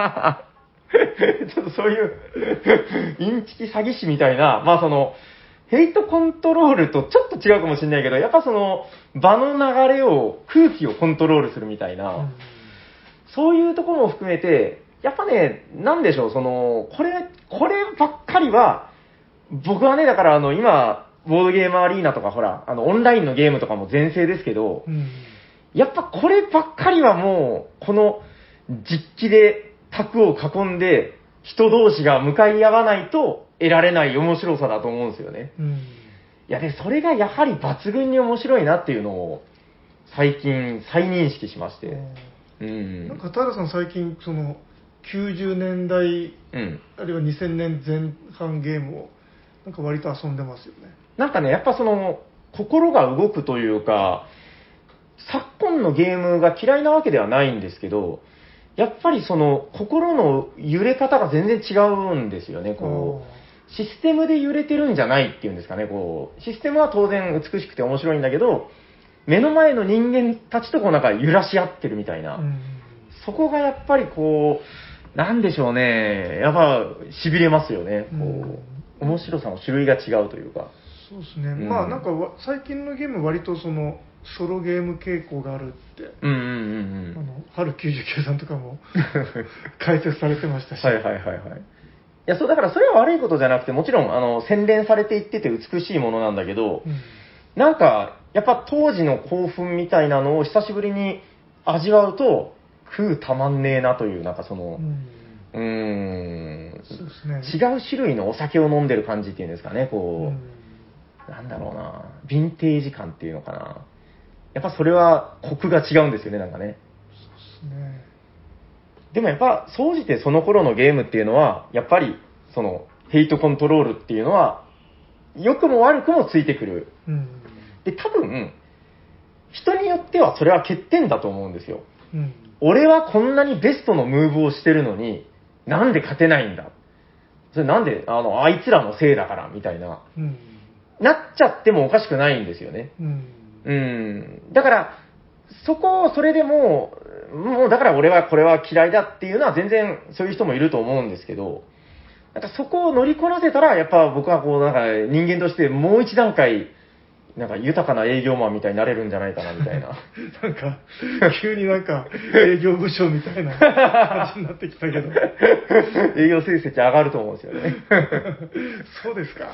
ちょっとそういうインチキ詐欺師みたいな、ヘイトコントロールとちょっと違うかもしれないけど、やっぱ場の流れを、空気をコントロールするみたいな、そういうところも含めて、やっぱね、なんでしょう、こればっかりは、僕はね、だから今、ボードゲームアリーナとかほら、オンラインのゲームとかも全盛ですけど、やっぱこればっかりはもう、この実機で卓を囲んで、人同士が向かい合わないと得られない面白さだと思うんですよね。いや、で、それがやはり抜群に面白いなっていうのを、最近再認識しまして。 なんか、平さん最近、90年代、あるいは2000年前半ゲームを、なんか割と遊んでますよね。 なんかね、やっぱ心が動くというか、昨今のゲームが嫌いなわけではないんですけど、やっぱり心の揺れ方が全然違うんですよね、システムで揺れてるんじゃないっていうんですかね、システムは当然美しくて面白いんだけど、目の前の人間たちとなんか揺らし合ってるみたいな、そこがやっぱりなんでしょうね、やっぱ痺れますよね、面白さの種類が違うというか。 そうですね、なんか最近のゲーム割とソロゲーム傾向があるって、春99さんとかも解説されてましたし。 いや、だからそれは悪いことじゃなくて、もちろん、洗練されていってて美しいものなんだけど、なんか、やっぱ当時の興奮みたいなのを久しぶりに味わうと、食うたまんねえなという、なんかそうですね、違う種類のお酒を飲んでる感じっていうんですかね、なんだろうな、ヴィンテージ感っていうのかな。やっぱそれはコクが違うんですよね、なんかね。 そうですね。 でもやっぱ、総じてその頃のゲームっていうのは、やっぱり、ヘイトコントロールっていうのは、良くも悪くもついてくる。で、多分、人によってはそれは欠点だと思うんですよ。俺はこんなにベストのムーブをしてるのに、なんで勝てないんだ。それなんで、あいつらのせいだから、みたいな。なっちゃってもおかしくないんですよね。だから、それでもうだから俺はこれは嫌いだっていうのは全然そういう人もいると思うんですけど、なんかそこを乗りこなせたら、やっぱ僕はなんか人間としてもう一段階、なんか豊かな営業マンみたいになれるんじゃないかなみたいな。 なんか、急になんか営業部署みたいな感じになってきたけど。 営業成績上がると思うんですよね。 そうですか。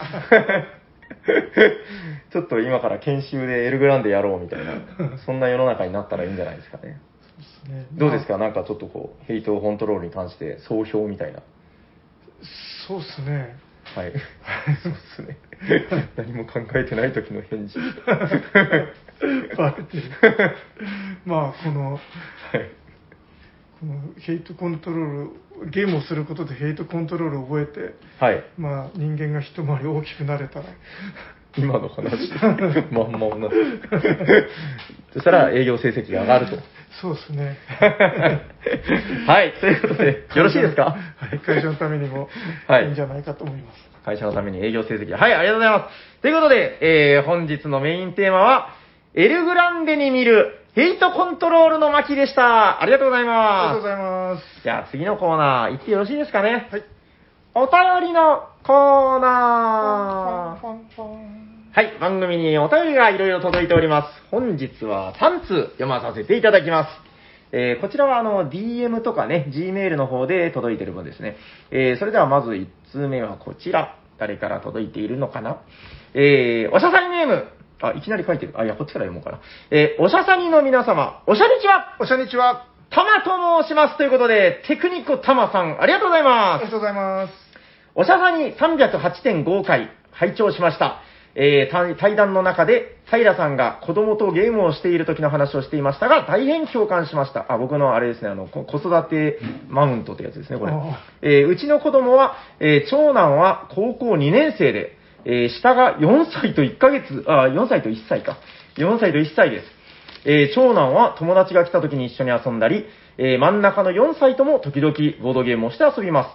ちょっと今から研修でエルグランデやろうみたいな、そんな世の中になったらいいんじゃないですかね。 そうですね。 どうですか、なんかちょっとヘイトコントロールに関して総評みたいな。 そうですね。 はい。そうですね。何も考えてない時の返事。 バレてる。このヘイトコントロール、ゲームをすることでヘイトコントロールを覚えて、人間が一回り大きくなれたら。 今の話、まんま同じ。そしたら営業成績が上がると。 そうですね。 はい、ということで、よろしいですか？ はい、会社のためにもいいんじゃないかと思います。 会社のために営業成績。はい、ありがとうございます。ということで、本日のメインテーマは、エルグランデに見るヘイトコントロールの巻でした。ありがとうございます。 ありがとうございます。 じゃあ次のコーナー行ってよろしいですかね。 はい。 お便りのコーナー。はい、番組にお便りがいろいろ届いております。本日は3通読まさせていただきます。 こちらはDM とかね、Gmail の方で届いている分ですね。それではまず1通目はこちら。誰から届いているのかな。おしゃさにネーム。あ、いきなり書いてる。あ、いや、こっちから読もうかな。おしゃさにの皆様、おしゃにちは。 おしゃにちは。 たまと申します。ということで、テクニコたまさん、ありがとうございます。 ありがとうございます。 おしゃさに 308.5 回、拝聴しました。対談の中で、平さんが子供とゲームをしている時の話をしていましたが、大変共感しました。あ、僕のあれですね、子育てマウントってやつですね、これ。うちの子供は、長男は高校2年生で、下が4歳と1ヶ月、4歳と1歳か。4歳と1歳です。長男は友達が来た時に一緒に遊んだり、真ん中の4歳とも時々ボードゲームをして遊びます。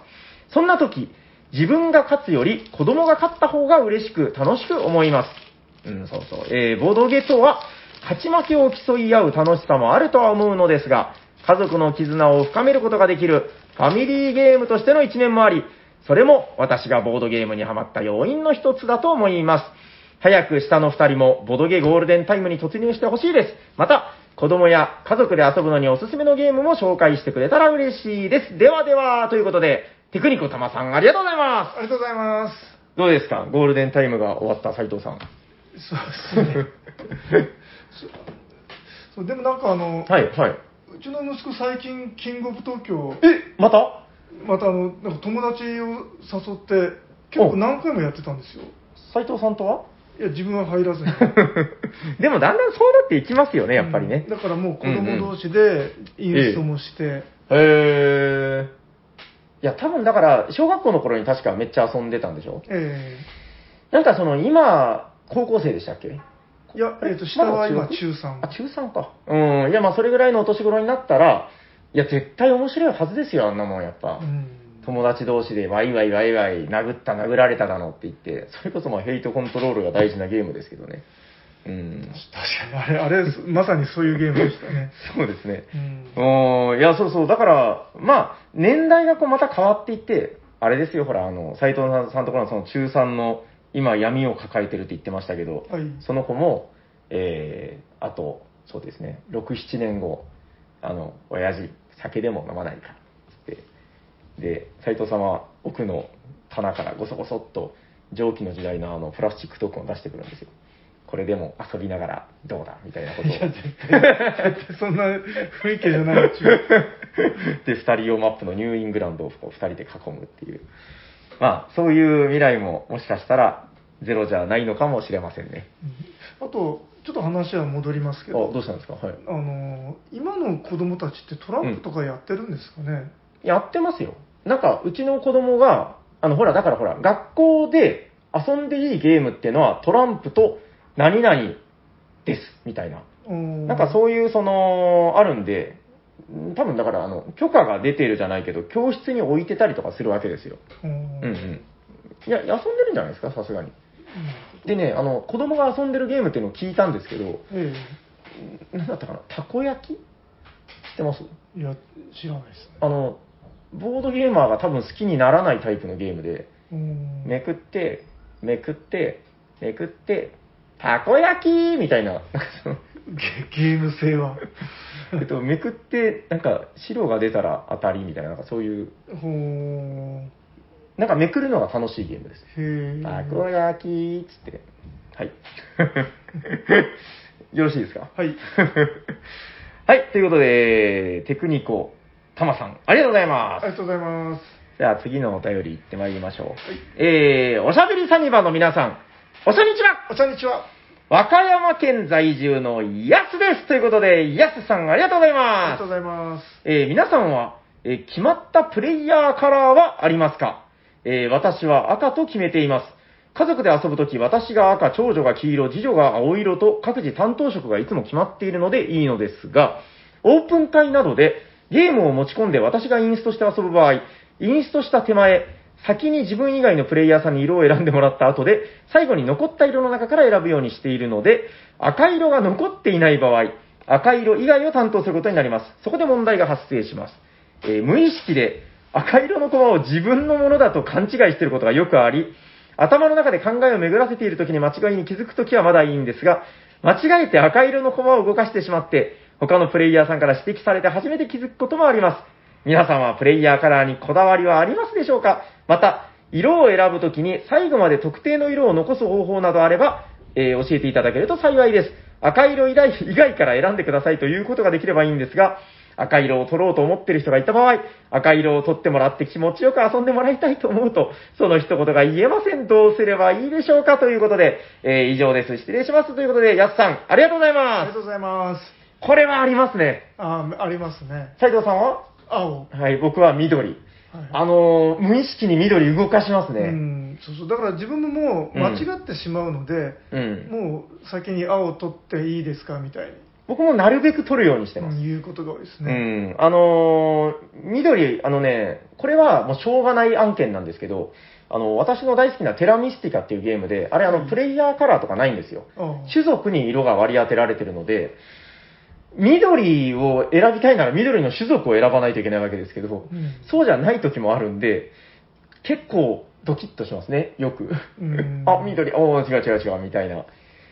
そんな時、自分が勝つより子供が勝った方が嬉しく楽しく思います。そうそう。ボードゲーとは勝ち負けを競い合う楽しさもあるとは思うのですが、家族の絆を深めることができるファミリーゲームとしての一面もあり、それも私がボードゲームにハマった要因の一つだと思います。早く下の二人もボドゲゴールデンタイムに突入してほしいです。また、子供や家族で遊ぶのにおすすめのゲームも紹介してくれたら嬉しいです。ではでは、ということで、テクニコたまさんありがとうございます。 ありがとうございます。 どうですか、ゴールデンタイムが終わった斉藤さん。 そうですね。そうでもなんかはい、はい。 うちの息子最近、キングオブ東京、 またなんか友達を誘って、結構何回もやってたんですよ。 斉藤さんとはいや、自分は入らずに。 でもだんだんそうなっていきますよね、やっぱりね。 だからもう子供同士でインストもして。 いや、多分だから、小学校の頃に確かめっちゃ遊んでたんでしょ。なんか今、高校生でしたっけ？ いや、下は今中3。 あ、中3か。いや、まあそれぐらいのお年頃になったら、いや、絶対面白いはずですよ、あんなもん、やっぱ。友達同士でワイワイワイワイ殴った殴られただのって言って、それこそまあヘイトコントロールが大事なゲームですけどね。 確かに、あれ、まさにそういうゲームでしたね。 そうですね。いや、そうそう。だから、まあ、年代がまた変わっていって、あれですよ、ほら、斉藤さんところのその中3の、今闇を抱えてるって言ってましたけど、 はい、 その子も、あと、そうですね、6、7年後、親父、酒でも飲まないか、つって。で、斉藤さんは奥の棚からゴソゴソっと、蒸気の時代のプラスチックトークンを出してくるんですよ。これでも遊びながらどうだみたいなことを。いや、絶対そんな雰囲気じゃない。 で、二人用マップのニューイングランドを二人で囲むっていう。まあ、そういう未来ももしかしたらゼロじゃないのかもしれませんね。 あと、ちょっと話は戻りますけど。 どうしたんですか？はい。 今の子供たちってトランプとかやってるんですかね？ やってますよ。なんか、うちの子供が、だから学校で遊んでいいゲームっていうのはトランプと何々です、みたいな。なんかそういう、あるんで、多分だから、許可が出てるじゃないけど、教室に置いてたりとかするわけですよ。いや、遊んでるんじゃないですか、さすがに。でね、子供が遊んでるゲームっていうのを聞いたんですけど、なんだったかな、たこ焼き知ってます？ いや、知らないですね。 ボードゲーマーが多分好きにならないタイプのゲームで、めくって、めくって、めくって、たこ焼きみたいな、 ゲーム性はめくって、なんか白が出たら当たりみたいな、なんかそういう、なんかめくるのが楽しいゲームです。たこ焼きつって。はい。よろしいですか？ はい。 はい、ということで、テクニコ、たまさん、ありがとうございます。 ありがとうございます。 じゃあ次のお便り行ってまいりましょう。はい、おしゃべりサニバの皆さん、おしゃにちは。 おしゃにちは。 和歌山県在住のヤスです。ということで、ヤスさんありがとうございます。 ありがとうございます。 皆さんは、決まったプレイヤーカラーはありますか？私は赤と決めています。家族で遊ぶとき、私が赤、長女が黄色、次女が青色と各自担当色がいつも決まっているのでいいのですが、オープン会などでゲームを持ち込んで私がインストして遊ぶ場合、インストした手前、先に自分以外のプレイヤーさんに色を選んでもらった後で、最後に残った色の中から選ぶようにしているので、赤色が残っていない場合、赤色以外を担当することになります。そこで問題が発生します。無意識で赤色のコマを自分のものだと勘違いしていることがよくあり、頭の中で考えを巡らせているときに間違いに気づくときはまだいいんですが、間違えて赤色のコマを動かしてしまって、 他のプレイヤーさんから指摘されて初めて気づくこともあります。皆さんはプレイヤーカラーにこだわりはありますでしょうか？また、色を選ぶときに最後まで特定の色を残す方法などあれば、教えていただけると幸いです。赤色以外から選んでくださいということができればいいんですが、赤色を取ろうと思っている人がいた場合、赤色を取ってもらって気持ちよく遊んでもらいたいと思うと、その一言が言えません。どうすればいいでしょうかということで、以上です。失礼します。ということで、やすさん、ありがとうございあります。 がとうございます。 これはありますね。 ありますね。 斉藤さんは？ 青。 はい、僕は緑。 はい、 無意識に緑動かしますね。 そうそう。だから自分ももう間違ってしまうので、もう先に青を取っていいですかみたいに。 僕もなるべく取るようにしてます。 いうことが多いですね。 緑、これはもうしょうがない案件なんですけど、私の大好きなテラミスティカっていうゲームで、あれプレイヤーカラーとかないんですよ。種族に色が割り当てられてるので、緑を選びたいなら緑の種族を選ばないといけないわけですけど、そうじゃない時もあるんで、結構ドキッとしますね、よく。あ、緑、違う、みたいな。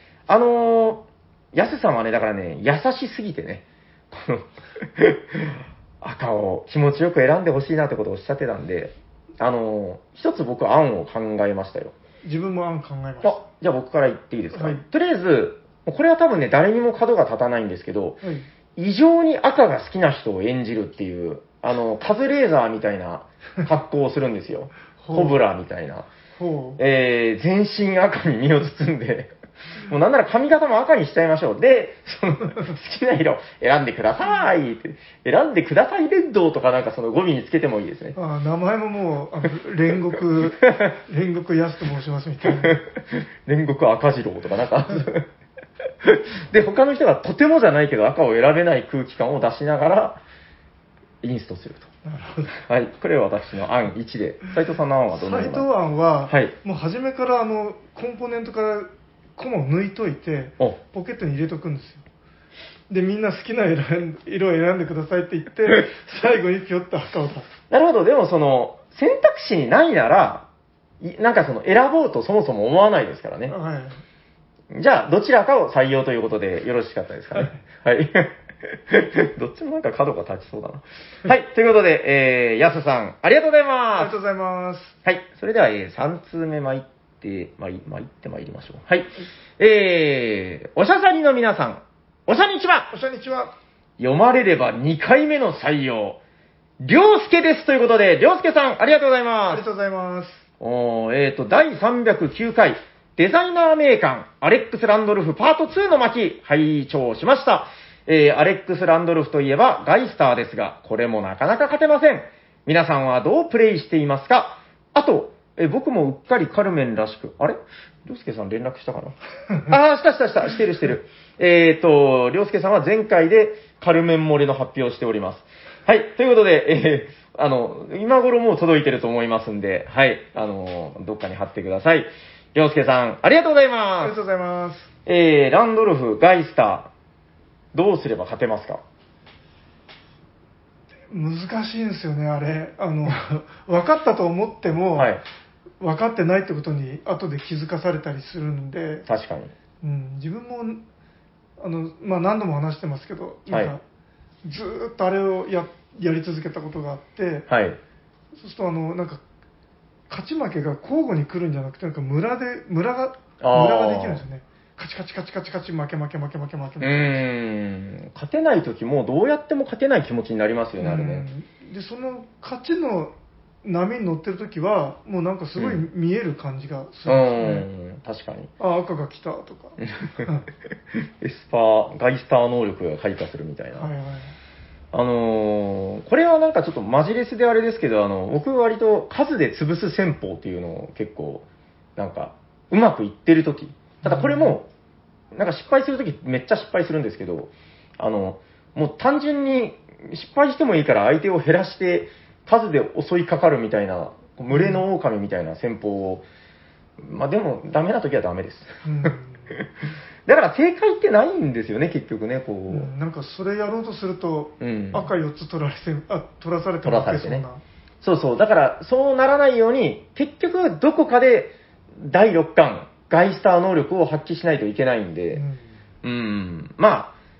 ヤスさんはね、だからね、優しすぎてね、この赤を気持ちよく選んでほしいなってことをおっしゃってたんで、一つ僕案を考えましたよ。 自分も案考えました。 じゃあ僕から言っていいですか？ はい、 とりあえず、これは多分ね、誰にも角が立たないんですけど、異常に赤が好きな人を演じるっていう、カズレーザーみたいな格好をするんですよ。コブラみたいな。全身赤に身を包んで、もうなんなら髪型も赤にしちゃいましょう。で、好きな色選んでくださいって。選んでくださいレッドとかなんかその語尾につけてもいいですね。 名前ももう、煉獄安と申しますみたいな。 煉獄赤次郎とかなんか。で、他の人がとてもじゃないけど赤を選べない空気感を出しながら、インストすると。 なるほど。 はい。これは私の案1で。斉藤さんの案はどのような？ 斉藤案は、 はい、 もう初めからコンポーネントからコマを抜いといて、ポケットに入れとくんですよ。で、みんな好きな色を選んでくださいって言って、最後にピョッと赤を出す。 なるほど。でも選択肢にないなら、なんか選ぼうとそもそも思わないですからね。 はい。 じゃあ、どちらかを採用ということでよろしかったですかね。はい。どっちもなんか角が立ちそうだな。はい。ということで、やすさん、ありがとうございます。 ありがとうございます。 はい。それでは、3通目参ってまいりましょう。はい。おしゃさりの皆さん、おしゃにちは。 おしゃにちは。 読まれれば2回目の採用、りょうすけですということで、りょうすけさん、ありがとうございます。 ありがとうございます。 第309回、デザイナー名鑑、アレックス・ランドルフパート2の巻、拝聴しました。アレックス・ランドルフといえばガイスターですが、これもなかなか勝てません。皆さんはどうプレイしていますか？あと、僕もうっかりカルメンらしく、あれりょうすけさん連絡したかなしてる。りょうすけさんは前回でカルメン漏れの発表をしております。はい、ということで、今頃もう届いてると思いますんで、はい、どっかに貼ってください。りょうすけさん、ありがとうございます。 ありがとうございます。 ランドルフ、ガイスター、どうすれば勝てますか？ 難しいんですよね、あれ。分かったと思っても、 はい、 分かってないってことに後で気づかされたりするんで、 確かに。 自分も、何度も話してますけど、なんか、ずーっとあれをやり続けたことがあって、 はい、 そうすると、なんか、勝ち負けが交互に来るんじゃなくて、なんかムラができるんですよね。カチ負け。 勝てない時もどうやっても勝てない気持ちになりますよね、あれね。 で、その勝ちの波に乗ってる時は、もうなんかすごい見える感じがするんですね。 確かに。 赤が来たとか。 ガイスター能力が開花するみたいな。 はいはい。 これはなんかちょっとマジレスであれですけど、僕割と数で潰す戦法っていうのを結構、なんか、うまくいってるとき。ただこれも、なんか失敗するときめっちゃ失敗するんですけど、もう単純に失敗してもいいから相手を減らして数で襲いかかるみたいな、群れの狼みたいな戦法を、でもダメなときはダメです。だから正解ってないんですよね、結局ね、 なんかそれやろうとすると、赤4つ取らされてそうな。そう。だからそうならないように、結局どこかで第6巻、ガイスター能力を発揮しないといけないんで、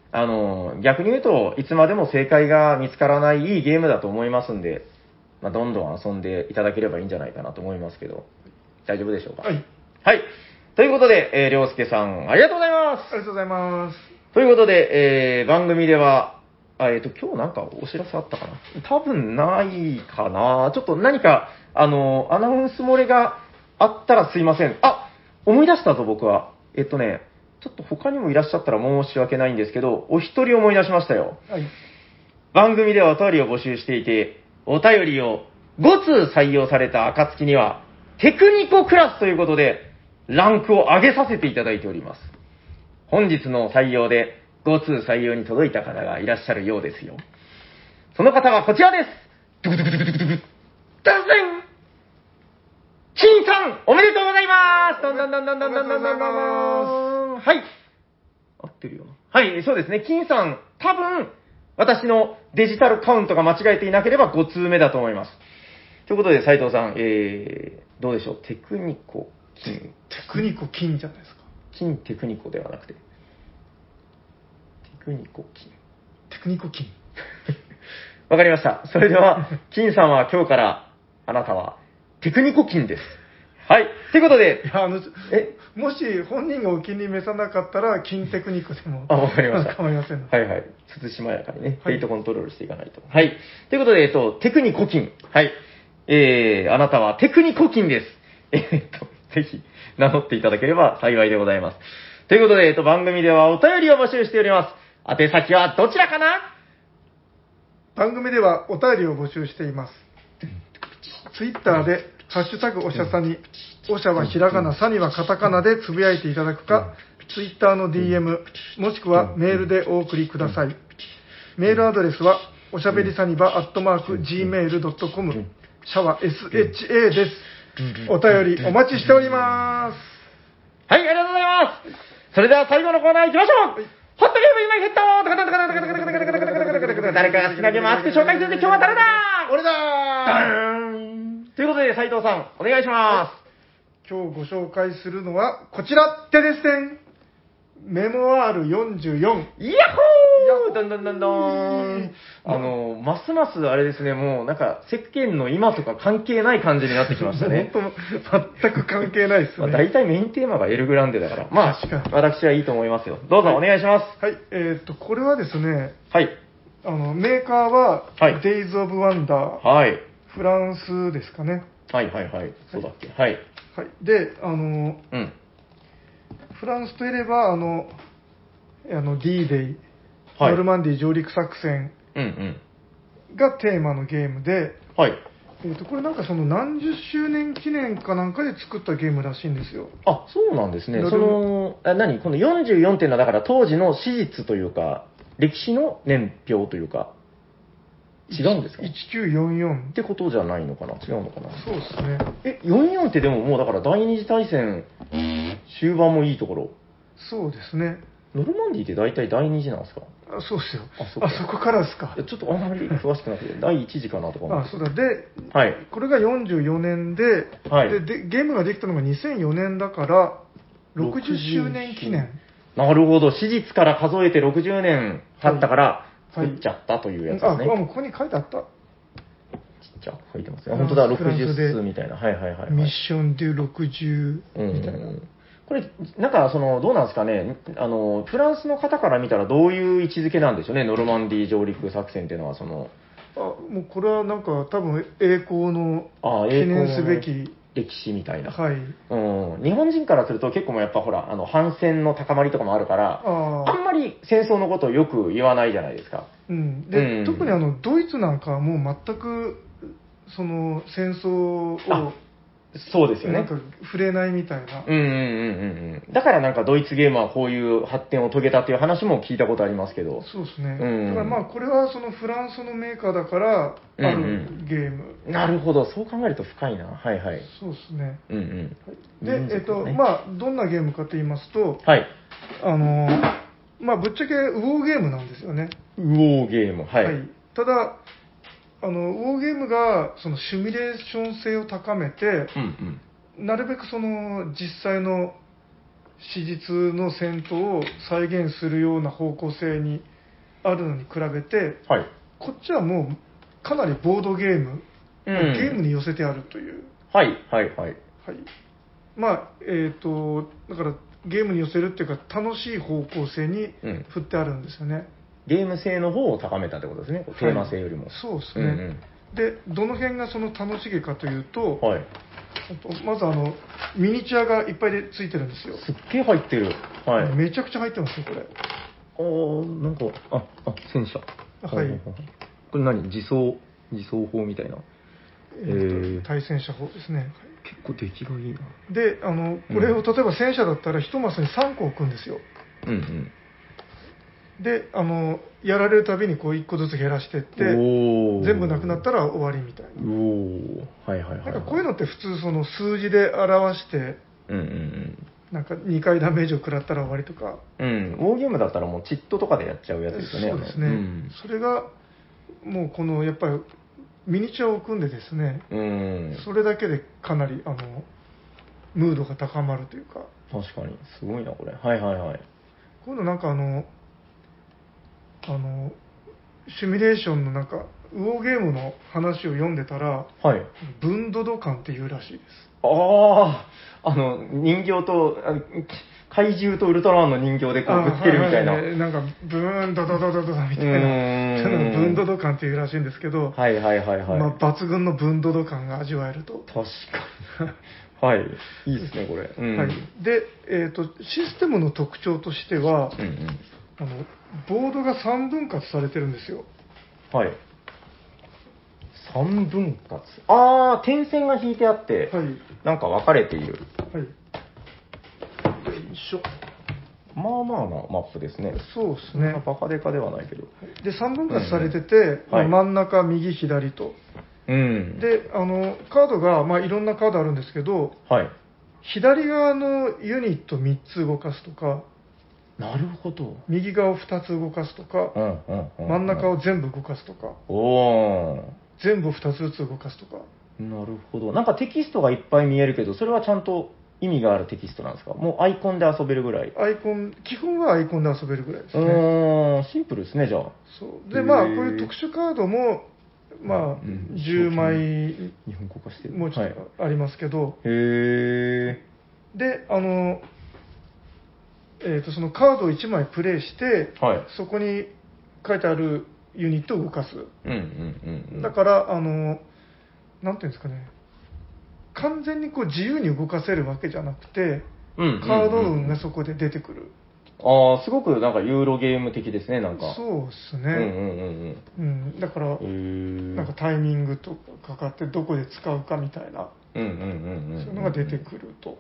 逆に言うと、いつまでも正解が見つからないいいゲームだと思いますんで、まあ、どんどん遊んでいただければいいんじゃないかなと思いますけど、大丈夫でしょうか。 はい。 はい。ということで、りょうすけさん、ありがとうございます。 ありがとうございます。 ということで、番組では、今日なんかお知らせあったかな多分ないかなちょっと何か、アナウンス漏れがあったらすいません。あ、思い出したぞ、僕は。ちょっと他にもいらっしゃったら申し訳ないんですけど、お一人思い出しましたよ。 はい。 番組ではお便りを募集していて、お便りを5通採用された暁には、テクニコクラスということで、ランクを上げさせていただいております。本日の採用で5通採用に届いた方がいらっしゃるようですよ。その方はこちらです。ドゥクドゥクドゥクドゥクドゥクダンセン金さんおめでとうございますどんどんどんどんどんどんどんどんどんはい。合ってるよな。はい、そうですね。金さん、多分、私のデジタルカウントが間違えていなければ5通目だと思います。ということで、斉藤さん、どうでしょう。テクニコ金。 テクニコ金じゃないですか。 金テクニコではなくて。テクニコ金。 テクニコ金。 わかりました。それでは、金さんは今日からあなたはテクニコ金です。はい。ということで、 いや、もし本人がお気に召さなかったら、金テクニコでも。 わかりました。 構いませんの。 はいはい。慎しまやかにね、 はいフェイトコントロールしていかないと。はい。ということで、テクニコ金。はい。あなたはテクニコ金です。ぜひ、名乗っていただければ幸いでございます。ということで、番組ではお便りを募集しております。宛先はどちらかな番組ではお便りを募集しています。ツイッターで、ハッシュタグおしゃさに、おしゃはひらがな、さにはカタカナでつぶやいていただくか、ツイッターの DM、もしくはメールでお送りください。メールアドレスは、おしゃべりさにば@gmail.com、シャワ SHA です。お便りお待ちしております。 はい、ありがとうございます。それでは最後のコーナー行きましょう。ホットゲーム今ヘッド誰かが好きなゲームを熱く紹介するんで今日は誰だ俺だということで斉藤さん、お願いします。 今日ご紹介するのはこちら、テレステンメモワール44。 イヤッホーどんどんどんどん。ますますあれですね、もうなんか世間の今とか関係ない感じになってきましたね。 本当全く関係ないですね。 大体メインテーマがエルグランデだから、まあ、私はいいと思いますよ。どうぞお願いします。 はい、これはですね、 はい。 メーカーは、 はい、 Days of Wonder。 はい。 フランスですかね。 はいはいはい。そうだっけ。はい。 はい。で、フランスといえば、D-Day、ノルマンディー上陸作戦がテーマのゲームで、 はい。 これなんかその何十周年記念かなんかで作ったゲームらしいんですよ。 あ、そうなんですね。この44っていうのはだから当時の史実というか、歴史の年表というか、違うんですか ?1944 ってことじゃないのかな違うのかなそうですね。 44ってでももうだから第二次大戦終盤もいいところ。 そうですね。 ノルマンディーって大体第二次なんですかあ、そうですよ。そこからですか。 ちょっとあんまり詳しくなくて、第一次かなとか思って。 そうだ。で、 はい、 これが44年で、 はい、 で、ゲームができたのが2004年だから、60周年記念。 なるほど。史実から数えて60年経ったから、作っちゃったというやつですね。 もうここに書いてあった。 ちっちゃく書いてますね。本当だ、60数みたいな。はいはいはい、はい。 ミッションで60みたいな。 これ、なんか、どうなんですかね、フランスの方から見たらどういう位置づけなんでしょうね、ノルマンディー上陸作戦っていうのは、もうこれはなんか、多分栄光の記念すべき歴史みたいな。 はい。 日本人からすると結構もやっぱほら、反戦の高まりとかもあるから、あんまり戦争のことをよく言わないじゃないですか。 で、特にドイツなんかはもう全く、戦争を、 そうですよね。 なんか触れないみたいな。 だからなんかドイツゲームはこういう発展を遂げたっていう話も聞いたことありますけど。 そうですね。だからまあこれはそのフランスのメーカーだからあるゲーム。 なるほど。そう考えると深いな。はいはい。 そうですね。 で、 まあどんなゲームかと言いますと、 はい。 まあぶっちゃけウォーゲームなんですよね。 ウォーゲーム。はい。 ただ、ウォーゲームがそのシミュレーション性を高めて、なるべくその実際の史実の戦闘を再現するような方向性にあるのに比べて、 はい。 こっちはもうかなりボードゲーム、 うんゲームに寄せてあるという、 はい、はい、はい。 はい、まあ、だからゲームに寄せるっていうか、楽しい方向性に振ってあるんですよね。 ゲーム性の方を高めたってことですね、こうテーマ性よりも。 はい、そうですね。 うんうん、 で、どの辺がその楽しげかというと、 はい。 まずミニチュアがいっぱいでついてるんですよ。 すっげえ入ってる。はい。 めちゃくちゃ入ってますよ、これ。 なんか、戦車。 はい。 これ何自走砲みたいな。 対戦車砲ですね。 結構出来がいいな。 で、これを例えば戦車だったら1マスに3個置くんですよ。 うんうん。 で、やられるたびにこう1個ずつ減らしていって、全部なくなったら終わりみたいな。 はいはいはい、はい。 なんかこういうのって普通その数字で表して、なんか2回ダメージを食らったら終わりとか。 うん。ウォーゲームだったらもうチットとかでやっちゃうやつですよね。 そうですね。それが、もうこのやっぱりミニチュアを組んでですね、それだけでかなりムードが高まるというか。 確かに、すごいな、これ。はいはいはい。 こういうのなんかシミュレーションのなんか、ウォーゲームの話を読んでたら、 はい。 ブンドドカンっていうらしいです。 人形と、怪獣とウルトラマンの人形でこうぶつけるみたいな。 なんか、ブーンドドドドドみたいな、そういうのをブンドドカンっていうらしいんですけど、 はいはいはいはい。 まあ、抜群のブンドド感が味わえると。 確かに。はい。いいですね、これ。 はい。で、システムの特徴としては、ボードが3分割されてるんですよ。 はい。3分割。点線が引いてあって、 はい、 なんか分かれている。 はい。よいしょ。 まあまあなマップですね。 そうですね。 バカデカではないけど。 で、3分割されてて、真ん中、右、左と。で、カードが、まあ、いろんなカードあるんですけど、 はい。 左側のユニット3つ動かすとか、 なるほど。 右側を2つ動かすとか、真ん中を全部動かすとか、全部を2つずつ動かすとか。 なるほど。なんかテキストがいっぱい見えるけど、それはちゃんと意味があるテキストなんですか？もうアイコンで遊べるぐらい。 基本はアイコンで遊べるぐらいですね。 シンプルですね、じゃあ。 そう。で、まあ、こういう特殊カードも、まあ、10枚、 日本語化してる。 もうちょっとありますけど、 で、 そのカードを1枚プレイして、 はい、 そこに書いてあるユニットを動かす。だから、なんていうんですかね、完全にこう自由に動かせるわけじゃなくて、カード運がそこで出てくる。 すごくなんかユーロゲーム的ですね、なんか。 そうですね。だから、なんかタイミングとかかってどこで使うかみたいな、そういうのが出てくると。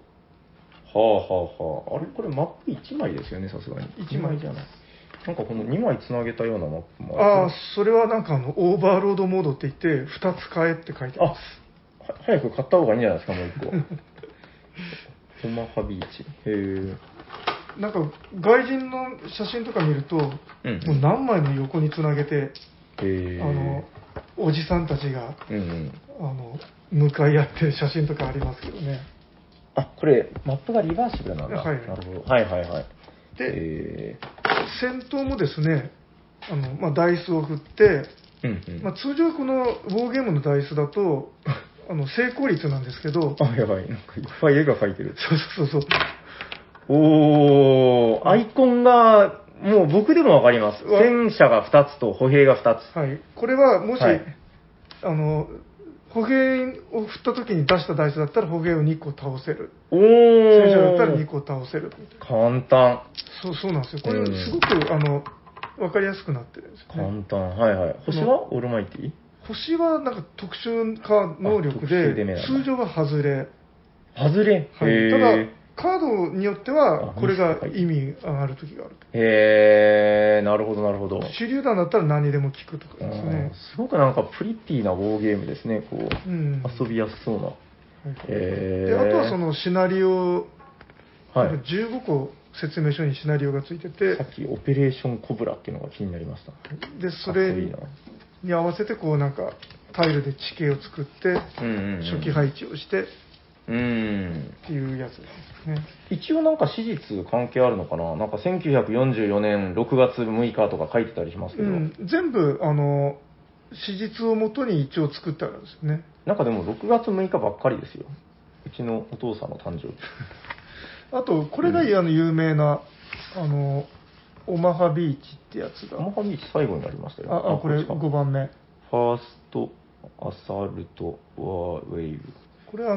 あれこれマップ1枚ですよね、さすがに。 1枚じゃない。 なんかこの2枚つなげたようなマップもある。 それはなんかオーバーロードモードって言って、2つ買えって書いてます。 早く買った方がいいんじゃないですか、もう1個。オマハビーチ。 なんか外人の写真とか見ると、もう何枚も横につなげて、おじさんたちが、向かい合ってる写真とかありますけどね。 これ、マップがリバーシブルなんだ。 はい。 なるほど。はいはいはい。 で、戦闘もですね、まあ、ダイスを振って、まあ、通常このウォーゲームのダイスだと、成功率なんですけど、 やばい。なんかいっぱい絵が描いてる。 そう。 アイコンが、もう僕でもわかります。戦車が2つと歩兵が2つ。 はい。これは、もし、歩兵を振った時に出したダイスだったら歩兵を2個倒せる。戦車だったら2個倒せる。 簡単。 そうなんですよ。これ、すごく、わかりやすくなってるんですよね。 簡単。はいはい。星はオールマイティ？ 星はなんか特殊化能力で、通常は外れ。はい。ただ、カードによっては、これが意味がある時がある。 なるほどなるほど。 手榴弾だったら何にでも効くとかですね。 すごくなんかプリティなウォーゲームですね、こう、遊びやすそうな。 で、あとはそのシナリオ、15個説明書にシナリオがついてて、 さっきオペレーションコブラっていうのが気になりました。 で、それに合わせてこうなんかタイルで地形を作って、初期配置をして、 っていうやつですね。 一応なんか史実関係あるのかな、なんか1944年6月6日とか書いてたりしますけど。 全部、史実をもとに一応作ってあるんですよね。 なんかでも6月6日ばっかりですよ。うちのお父さんの誕生日。 あと、これが有名な、オマハビーチってやつが。 オマハビーチ最後になりましたよ。 これこっちか 5番目。 ファースト、アサルト、ワーウェイブ。 これ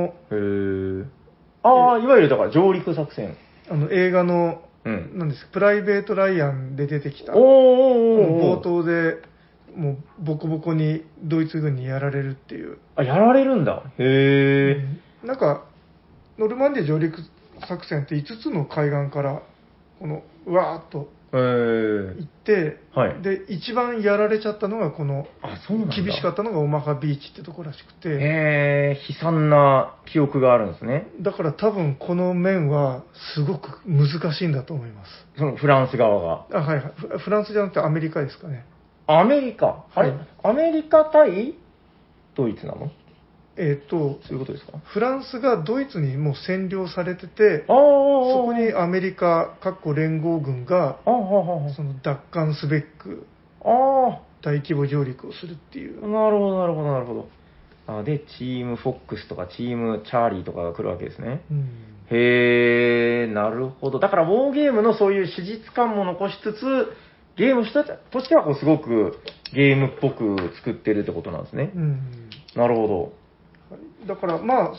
いわゆるだから上陸作戦。 映画の、なんですか、プライベート・ライアンで出てきた、冒頭でもうボコボコにドイツ軍にやられるっていう。 やられるんだ。へえ、 なんか、ノルマンディー上陸作戦って5つの海岸から、うわーっと行って、で、一番やられちゃったのが、厳しかったのがオマハビーチってとこらしくて。 悲惨な記憶があるんですね。 だから多分この面はすごく難しいんだと思います。 そのフランス側が。 はいはい。フランスじゃなくてアメリカですかね。 アメリカ、あれ、アメリカ対ドイツなの？そういうことですか？ フランスがドイツにもう占領されてて、そこにアメリカ、連合軍がその奪還すべく大規模上陸をするっていう。 なるほど、なるほど、なるほど。で、チームフォックスとかチームチャーリーとかが来るわけですね。へー、なるほど。だから、ウォーゲームのそういう史実感も残しつつ、ゲームとしてはすごくゲームっぽく作ってるってことなんですね。なるほど。 だから、なん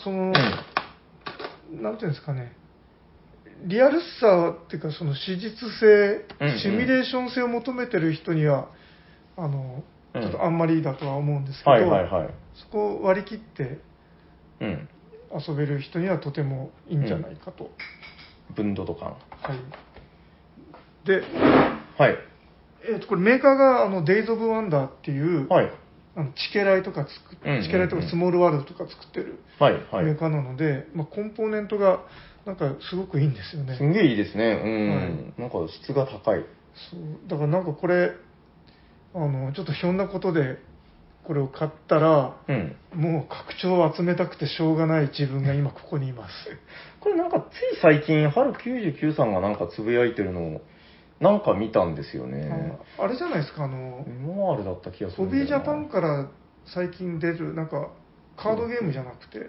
ていうんですかね、リアルさっていうか、その史実性、シミュレーション性を求めてる人には、ちょっとあんまりだとは思うんですけど、そこを割り切って遊べる人にはとてもいいんじゃないかと。 分度と感。 で、これメーカーがデイズ・オブ・ワンダーっていう、チケライとかチケライとかスモールワールドとか作ってるメーカーなので、コンポーネントがなんかすごくいいんですよね。 すんげえいいですね。なんか質が高い。 そうだからなんかこれちょっとひょんなことでこれを買ったら、もう拡張を集めたくてしょうがない自分が今ここにいます。 これなんかつい最近春99さんがなんかつぶやいてるのをなんか見たんですよね。 あれじゃないですか、 メモワールだった気がするんだよな。 ホビージャパンから最近出るなんかカードゲームじゃなくて、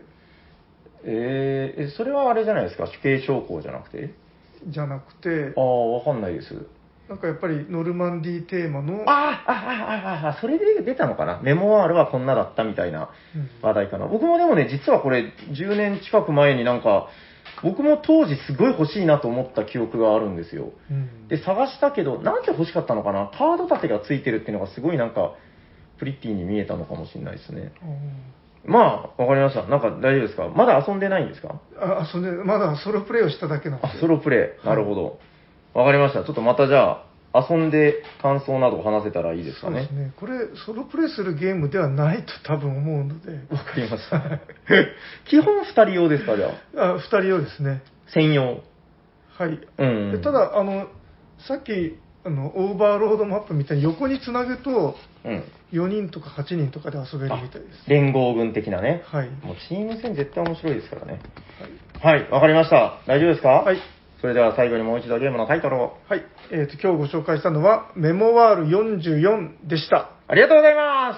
それはあれじゃないですか、手形将校じゃなくてわかんないです。 なんかやっぱりノルマンディーテーマのそれで出たのかな。メモワールはこんなだったみたいな話題かな。僕もでもね、実はこれ10年近く前になんか僕も当時すごい欲しいなと思った記憶があるんですよ。で、探したけど、なんで欲しかったのかな、カード立てがついてるっていうのがすごいなんか、プリティに見えたのかもしれないですね。わかりました。なんか大丈夫ですか？まだ遊んでないんですか？ まだソロプレイをしただけなんですよ。 ソロプレイ。なるほど。わかりました。ちょっとまたじゃあ、遊んで感想などを話せたらいいですかね。 そうですね。これ、ソロプレイするゲームではないと多分思うので。 わかりました。基本2人用ですか、じゃあ。 2人用ですね。 専用。 はい。でただ、さっき、オーバーロードマップみたいに横につなぐと、4人とか8人とかで遊べるみたいです。 連合軍的なね。 はい。 もうチーム戦絶対面白いですからね。はい、わかりました。大丈夫ですか？はい。それでは最後にもう一度ゲームのタイトルを。 はい。今日ご紹介したのは、メモワール44でした。 ありがとうございます。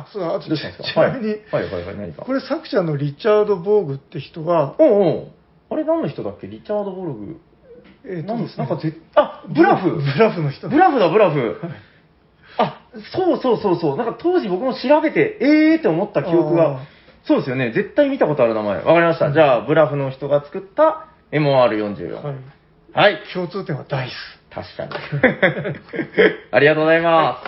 そうだ、あとどうしたんですか？ ちなみに、 何か。 これ作者のリチャード・ボーグって人は、 あれ何の人だっけ？リチャード・ボルグ。 なんかブラフ。 ブラフの人。 ブラフ。そう。なんか当時僕も調べて、って思った記憶が。そうですよね。絶対見たことある名前。わかりました。じゃあ、ブラフの人が作った MR44。はい。 共通点はダイス。 確かに。ありがとうございます。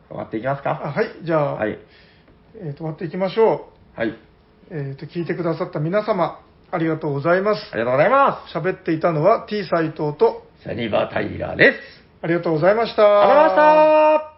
終わっていきますか？ はい。じゃあ、終わっていきましょう。はい。 聞いてくださった皆様、ありがとうございます。 ありがとうございます。 喋っていたのは T 斎藤とサニバタイラーです。 ありがとうございました。 ありがとうございました。